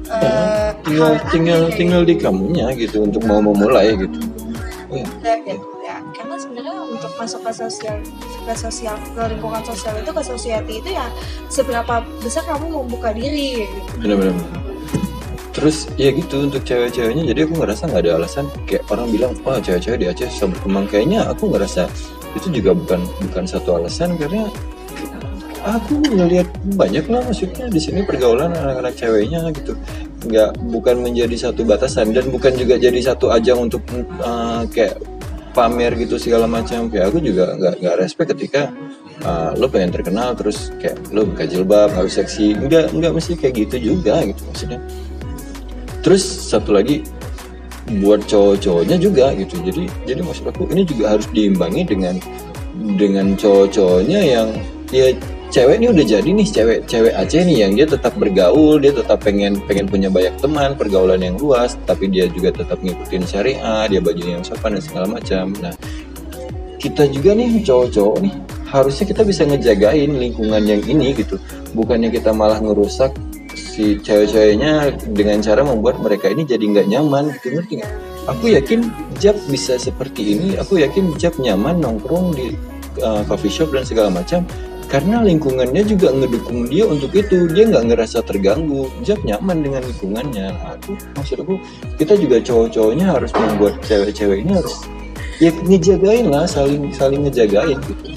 tinggal di kamunya gitu untuk mau memulai gitu. Gitu ya. Karena sebenarnya untuk masuk ke ke lingkungan sosial itu, ke society itu ya seberapa besar kamu membuka diri gitu. Benar-benar. Terus ya gitu untuk cewek-ceweknya, jadi aku ngerasa nggak ada alasan kayak orang bilang wah cewek-cewek di Aceh susah berkembang. Kayaknya aku ngerasa itu juga bukan satu alasan, karena aku ngelihat banyak lah, maksudnya di sini pergaulan anak-anak ceweknya gitu, bukan menjadi satu batasan dan bukan juga jadi satu ajang untuk kayak pamer gitu segala macam. Kayak aku juga nggak respect ketika lo pengen terkenal terus kayak lo buka jilbab harus seksi, nggak mesti kayak gitu juga gitu maksudnya. Terus satu lagi buat cowok-cowoknya juga gitu, jadi maksud aku ini juga harus diimbangi dengan cowok-cowoknya yang ya cewek ini udah jadi nih, cewek Aceh nih yang dia tetap bergaul, dia tetap pengen punya banyak teman, pergaulan yang luas, tapi dia juga tetap ngikutin syariah, dia bajunya yang sopan dan segala macam. Nah, kita juga nih cowok-cowok nih harusnya kita bisa ngejagain lingkungan yang ini gitu, bukannya kita malah ngerusak si cewek-ceweknya dengan cara membuat mereka ini jadi nggak nyaman gitu, ngerti nggak? Aku yakin Jab bisa seperti ini, aku yakin Jab nyaman nongkrong di coffee shop dan segala macam karena lingkungannya juga ngedukung dia untuk itu, dia nggak ngerasa terganggu, Jab nyaman dengan lingkungannya. Maksud aku kita juga cowok-cowoknya harus membuat cewek-cewek ini harus ya ngejagain lah, saling ngejagain gitu.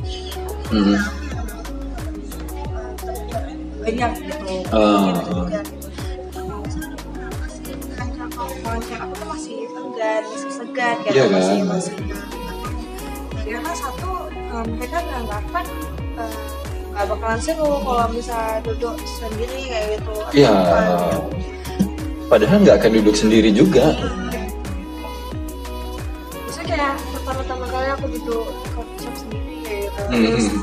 Banyak gitu. Aku tuh masih enggan, masih segan gitu, masih karena satu mereka nganggapan nggak bakalan seru kalau bisa duduk sendiri kayak gitu. Iya. Padahal nggak akan duduk sendiri juga. Misalnya kayak pertama-tama kali aku duduk di coffee shop sendiri kayak gitu.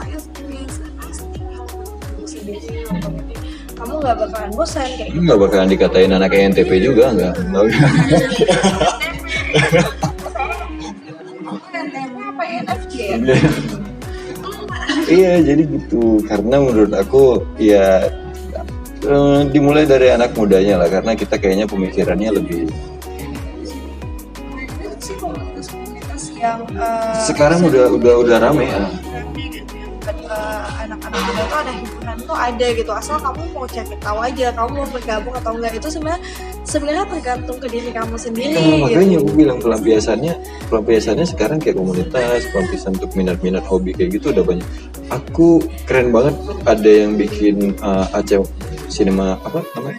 Kamu nggak bakalan bosan kayak gitu. Nggak bakalan dikatain anak NTP juga, nggak. Apa NFJ ya? Iya, jadi gitu. Karena menurut aku ya dimulai dari anak mudanya lah, karena kita kayaknya pemikirannya lebih. Komunitas yang sekarang udah rame ya. Anak-anak muda tuh ada himpunan tuh ada gitu, asal kamu mau cari tahu aja kamu mau bergabung atau enggak, itu sebenarnya tergantung ke diri kamu sendiri. Makanya aku bilang pelampiasannya sekarang kayak komunitas, pelampiasan untuk minat-minat hobi kayak gitu udah banyak. Aku keren banget ada yang bikin Aceh Cinema apa namanya?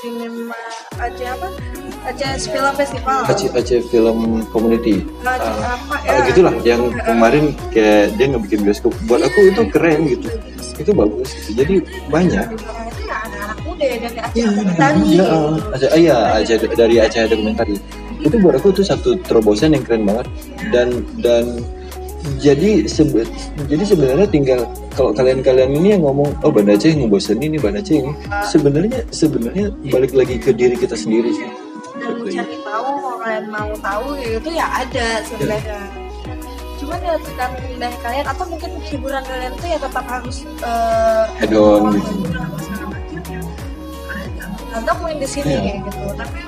Aceh Film Festival. Aceh Film Community. Gitulah yang kemarin kayak dia ngebikin bioskop. Buat aku itu keren gitu. Itu bagus gitu. Jadi banyak. Itu ya anak-anak muda dari Aceh Dokumentari. Iya, dari Aceh Dokumentari. Itu buat aku itu satu terobosan yang keren banget dan jadi sebenarnya tinggal kalau kalian ini yang ngomong Banda Aceh ngebosenin ini, Banda Aceh ini sebenarnya balik lagi ke diri kita sendiri sih. Dan mencari tahu, kalau kalian mau tahu gitu ya ada sebenarnya. Cuman ya tergantung dari kalian, atau mungkin hiburan kalian itu ya tetap harus head on gitu. Atau mungkin di sini kayak gitu. Tapi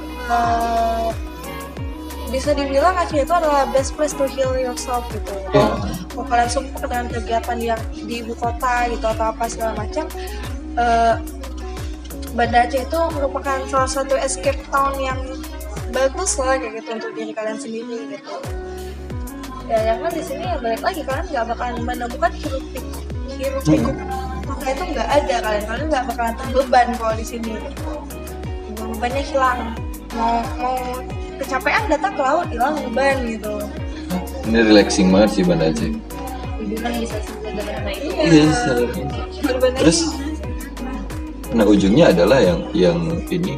bisa dibilang Aceh itu adalah best place to heal yourself gitu. Kalau kalian suka dengan kegiatan yang di ibu kota gitu atau apa segala macam, Banda Aceh itu merupakan salah satu escape town yang bagus lah kayak gitu untuk diri kalian sendiri gitu. Ya karena di sini ya balik lagi, kalian nggak bakalan menemukan hiruk pikuk kota itu nggak ada, kalian nggak bakalan terbeban kalau di sini gitu. Bebannya hilang, mau kecapean datang ke laut hilang beban gitu. Ini relaxing banget sih Banda Aceh. Hiburan bisa sederhana itu. Yes. Terus nah ujungnya adalah yang ini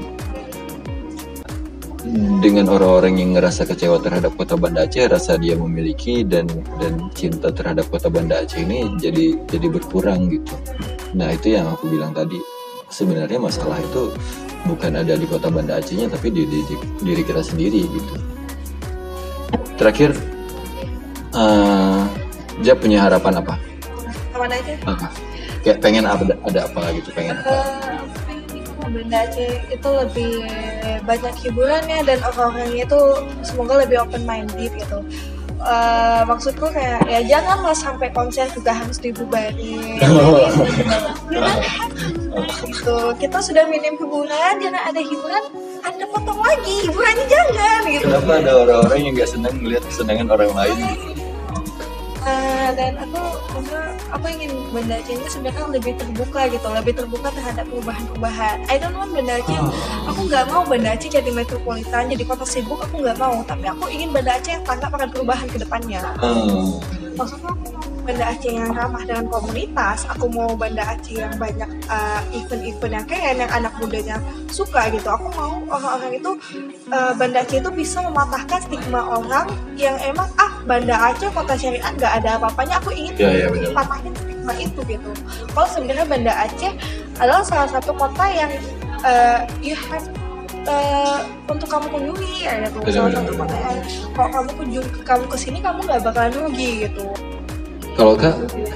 dengan orang-orang yang ngerasa kecewa terhadap kota Banda Aceh, rasa dia memiliki dan cinta terhadap kota Banda Aceh ini jadi berkurang gitu. Nah itu yang aku bilang tadi, sebenarnya masalah itu bukan ada di kota Banda Acehnya tapi di diri kita sendiri gitu. Terakhir, Dia punya harapan apa? Kemana aja? Kayak pengen ada apa gitu, pengen apa? Banda Aceh itu lebih banyak hiburannya dan orang-orangnya itu semoga lebih open minded gitu. Maksudku kayak ya janganlah sampai konser juga harus dibubarin. Gitu. Kita sudah minim hiburan, jangan ada hiburan, Anda potong lagi hiburannya jangan gitu. Kenapa ada orang-orang yang nggak senang melihat kesenangan orang lain? Dan aku ingin Banda Aceh ini sebenarnya lebih terbuka terhadap perubahan-perubahan. I don't want Banda Aceh, aku nggak mau Banda Aceh jadi metropolitan, jadi kota sibuk, aku nggak mau. Tapi aku ingin Banda Aceh yang tanggap akan perubahan ke depannya. Maksudnya aku mau Banda Aceh yang ramah dengan komunitas, aku mau Banda Aceh yang banyak event-event yang keren, yang anak mudanya suka gitu. Aku mau orang-orang itu, Banda Aceh itu bisa mematahkan stigma orang yang emang Banda Aceh kota syariat nggak ada apa-apanya. Aku ingin patahin stigma itu gitu. Kalau sebenarnya Banda Aceh adalah salah satu kota yang you have untuk kamu kunjungi ya gitu. Salah satu kota yang kalau kamu kesini kamu nggak bakalan rugi gitu. Kalau kak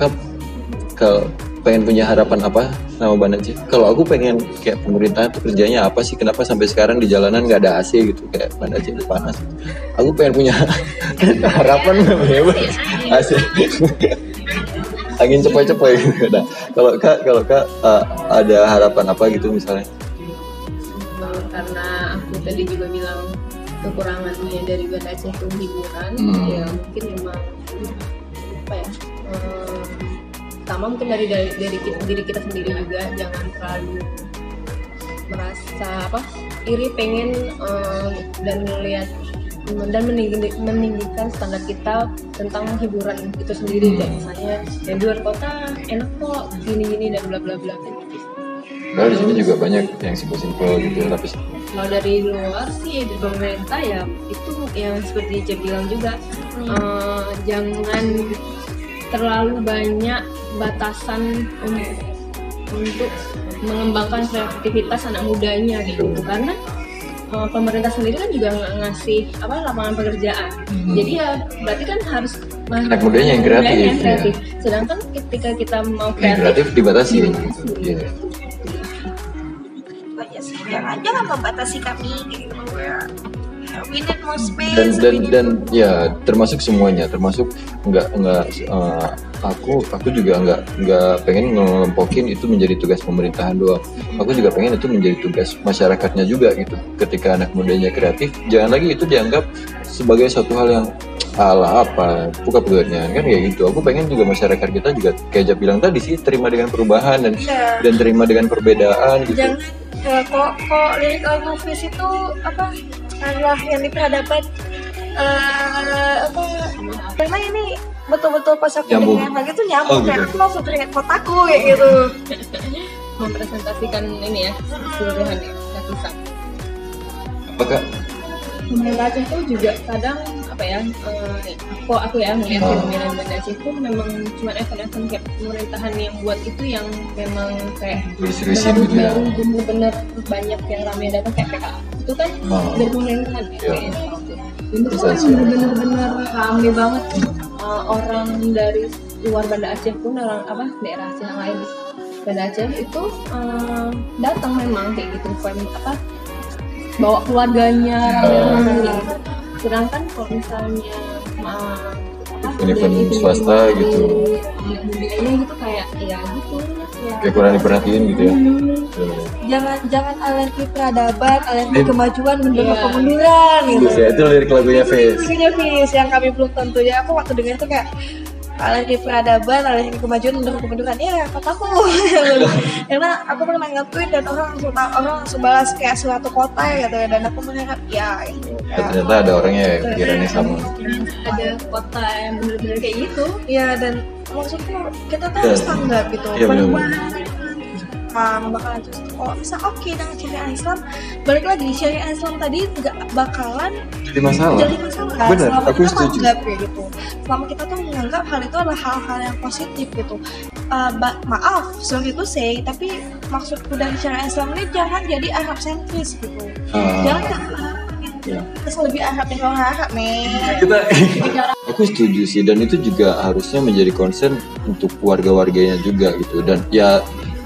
pengen punya harapan apa sama Banda Aceh? Kalau aku pengen kayak pemerintah tuh kerjanya apa sih? Kenapa sampai sekarang di jalanan nggak ada AC gitu, kayak Banda Aceh itu panas. Aku pengen punya harapan hebat AC. Angin cepoi-cepoi gitu. Nah, kalau kak ada harapan apa gitu misalnya? Karena aku tadi juga bilang kekurangannya dari Banda Aceh itu hiburan, ya mungkin memang apa ya? Pertama mungkin dari diri kita sendiri juga, jangan terlalu merasa iri, pengen dan melihat dan meninggikan standar kita tentang hiburan itu sendiri. Kayak misalnya di luar kota enak kok gini dan bla bla bla. Nah, di sini juga banyak yang simpel-simpel gitu, tapi kalau dari luar sih dari pemerintah ya itu yang seperti Cep bilang juga, jangan terlalu banyak batasan untuk mengembangkan kreativitas anak mudanya gitu, karena pemerintah sendiri kan juga nggak ngasih lapangan pekerjaan. Jadi ya berarti kan harus anak mudanya yang kreatif. Ya. Sedangkan ketika kita mau kreatif dibatasi gitu. Yeah. Jangan membatasi kami gitu ya. We need more space. Dan ya termasuk semuanya, termasuk aku juga nggak pengen ngelompokin itu menjadi tugas pemerintahan doang. Aku juga pengen itu menjadi tugas masyarakatnya juga gitu. Ketika anak mudanya kreatif, jangan lagi itu dianggap sebagai suatu hal yang buka peluangnya kan kayak gitu. Aku pengen juga masyarakat kita juga kayak Jap bilang tadi sih, terima dengan perubahan dan terima dengan perbedaan gitu. Jangan kok lirik lagu Fish itu adalah yang di peradaban karena ini betul-betul pas aku dengar lagi tuh nyambung kayak aku langsung teringat kotaku kayak gitu. Mempresentasikan ini ya keseluruhan ya lapisan. Apakah pemerintah Aceh itu juga kadang aku ya melihat fenomena Banda Aceh itu memang cuma event-event kayak pemerintahan yang buat itu yang memang kayak bener-bener banyak yang ramai datang kayak PKA itu kan dari pemerintahan ya kayak itu kan bener-bener ramai banget orang dari luar Banda Aceh pun daerah Aceh yang lain Banda Aceh itu datang memang kayak gitu bawa keluarganya ramai gitu. Sedangkan kalau misalnya event swasta gitu budayanya gitu kayak ya gitu ya. Kayak kurang diperhatiin gitu ya. Jangan alergi peradaban, alergi kemajuan, mendengar kemunduran gitu. Ya, itu lirik lagunya Fish yang kami belum tentu ya. Aku waktu dengar itu kayak alergi peradaban, alergi kemajuan, mundur-munduran ya kotaku. Karena aku pernah nge-tweet dan orang langsung balas kayak suatu kota gitu ya, dan aku melihat ya itu. Ya, ternyata ada orangnya ya pikirannya sama. Ada kota yang benar-benar kayak gitu. Ya, dan maksudku kita tuh harus tanggap gitu. Iya, Perubahan bakalan justru kalau bisa oke dengan syariat Islam, balik lagi syariat Islam tadi nggak bakalan Jadi masalah. Benar, selama aku kita setuju. menganggap kayak gitu, selama kita tuh menganggap hal itu adalah hal-hal yang positif gitu. Maaf, sorry to say, tapi maksudku dari syariat Islam ini jangan jadi Arab sentris gitu. Jangan terus lebih Arab dari orang Arab Kita aku setuju sih, dan itu juga harusnya menjadi concern untuk warga-warganya juga gitu. Dan ya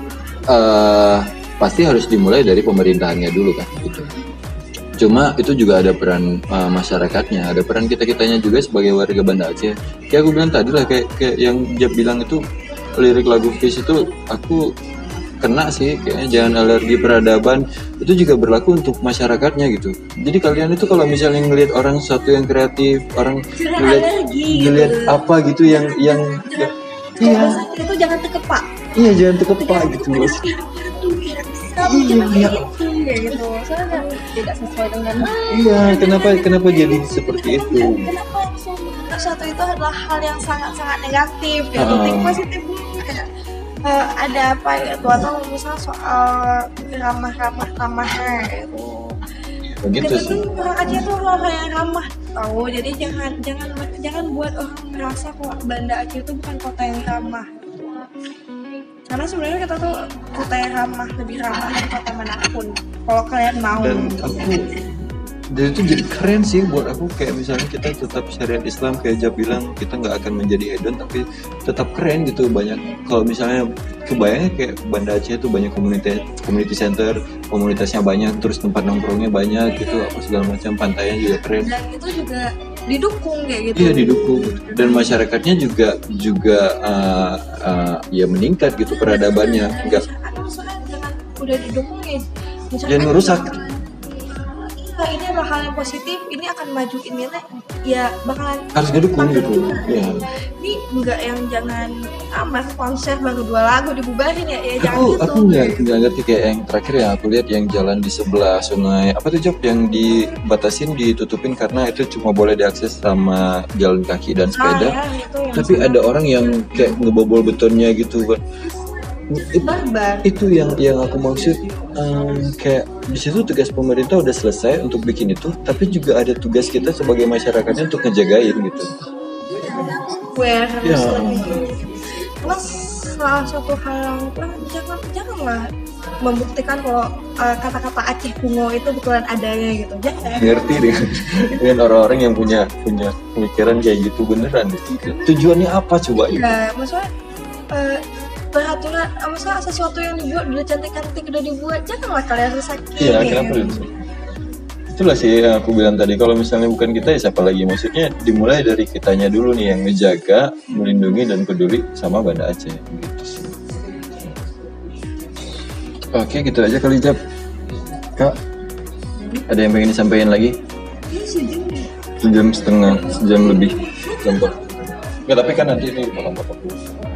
pasti harus dimulai dari pemerintahannya dulu kan gitu. Cuma itu juga ada peran masyarakatnya, ada peran kita-kitanya juga sebagai warga Banda Aceh. Kayak aku bilang tadi lah, kayak yang Jab bilang itu, lirik lagu Fish itu aku kena sih, kayaknya jangan alergi peradaban, itu juga berlaku untuk masyarakatnya gitu. Jadi kalian itu kalau misalnya ngelihat orang sesuatu yang kreatif, orang ngelihat gitu. apa gitu yang Iya. Itu jangan terkepak. Iya, jangan terkepak gitu Mas. Iya gitu. Soalnya tidak sesuai dengan Iya, kenapa jadi seperti itu? kenapa langsung sesuatu itu adalah hal yang sangat-sangat negatif gitu. Think positif dulu kayak ada apa gitu, atau misalnya soal ramah gitu. Begitu Kita sih. tuh orang Aceh tuh orang yang ramah tahu, jadi jangan buat orang merasa kalau Banda Aceh itu bukan kota yang ramah. Karena sebenarnya kita tuh kota yang ramah, lebih ramah dari kota manapun. Kalau kalian mau. Dan itu jadi keren sih buat aku, kayak misalnya kita tetap syariat Islam kayak Jab bilang, kita nggak akan menjadi hedon tapi tetap keren gitu. Banyak kalau misalnya kebayangnya kayak Banda Aceh itu banyak community center, komunitasnya banyak, terus tempat nongkrongnya banyak gitu, apa segala macam, pantainya juga keren. Dan itu juga didukung kayak gitu. Iya, didukung, dan masyarakatnya juga ya meningkat gitu peradabannya. Enggak Maksudnya jangan udah didukung ya. jangan merusak. Ini adalah hal yang positif, ini akan majuin nilai, ya bakalan Harus didukung gitu. Ya. Ini enggak yang jangan mas konser baru 2 lagu dibubarin ya jangan gitu. Aku nggak ngerti kayak yang terakhir yang aku lihat, yang jalan di sebelah sungai apa tuh Job, yang dibatasin, ditutupin karena itu cuma boleh diakses sama jalan kaki dan sepeda. Ya, itu yang Tapi ada orang yang kayak ngebobol betonnya gitu kan. barbar. Itu yang aku maksud, kayak di situ tugas pemerintah udah selesai untuk bikin itu, tapi juga ada tugas kita sebagai masyarakatnya untuk ngejagain gitu. Harus Ya. Plus salah satu hal yang janganlah membuktikan kalau kata-kata Aceh Bungo itu betulan adanya gitu. Jangan. Ngerti dengan orang-orang yang punya pemikiran kayak gitu beneran gitu. Tujuannya apa coba itu? Ya, maksudnya peraturan, maksudnya sesuatu yang dibuat udah cantik-cantik udah dibuat, janganlah kalian rusakin. Iya, ya. kenapa itu? Itulah sih yang aku bilang tadi, kalau misalnya bukan kita ya siapa lagi? Maksudnya dimulai dari kitanya dulu nih, yang ngejaga, melindungi dan peduli sama Banda Aceh gitu sih. Oke, gitu aja kali Jab. Kak, ada yang pengen disampaikan lagi? Sejam lebih. Jam nggak, tapi kan nanti ini potong-potong dulu.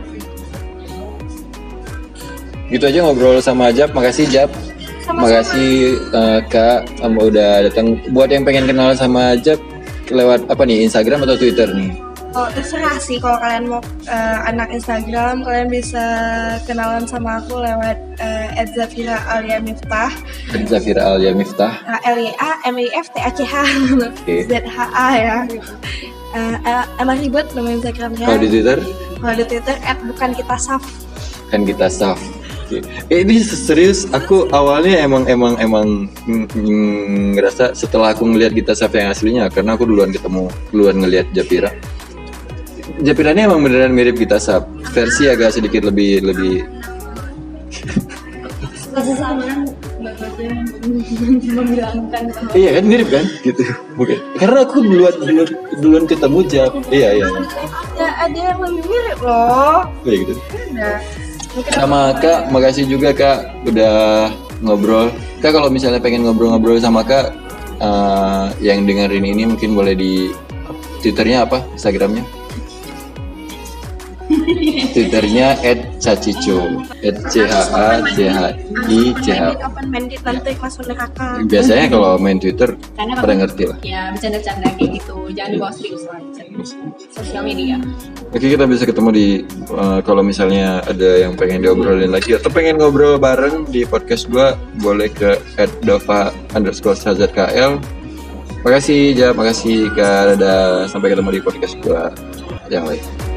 Gitu aja ngobrol sama Jab. Makasih Jab. Sama-sama. Makasih Kak udah datang. Buat yang pengen kenalan sama Jab lewat apa nih, Instagram atau Twitter nih? Oh, terserah sih, kalau kalian mau anak Instagram, kalian bisa kenalan sama aku lewat @zafira alia miftah. Zafira Alia Miftah. LYAMIFTACH. Oke. ZHA ya. Emang ribet nama Instagramnya. Kalau di Twitter Kalau di Twitter @bukankita_saf. kan kita saf. Oke. Ini serius, aku awalnya emang ngerasa setelah aku ngelihat kita saf yang aslinya, karena aku duluan ngelihat Japira. Japira ini emang beneran mirip kita saf, versi agak sedikit lebih Membilangkan bahwa iya kan, mirip kan gitu. Mungkin karena aku duluan ketemu Jap. Iya. Ada yang lebih mirip loh. Iya gitu. Ada. Mungkin Sama Kak, makasih juga Kak udah ngobrol. Kak, kalau misalnya pengen ngobrol-ngobrol sama Kak, yang dengerin ini mungkin boleh di Twitternya apa, Instagramnya? Twitternya @cacico, @CHACHICH. Kapan main di lantai kelas kakak. Biasanya kalau main Twitter pada ngerti lah. Ya bercanda-canda kayak gitu, jangan dibawa serius lah. Sosial media. Oke, kita bisa ketemu di kalau misalnya ada yang pengen diobrolin lagi atau pengen ngobrol bareng di podcast gua, boleh ke @dova_shazadkl. Makasih Ja, makasih Kak, dadah. Sampai ketemu di podcast gua yang lain.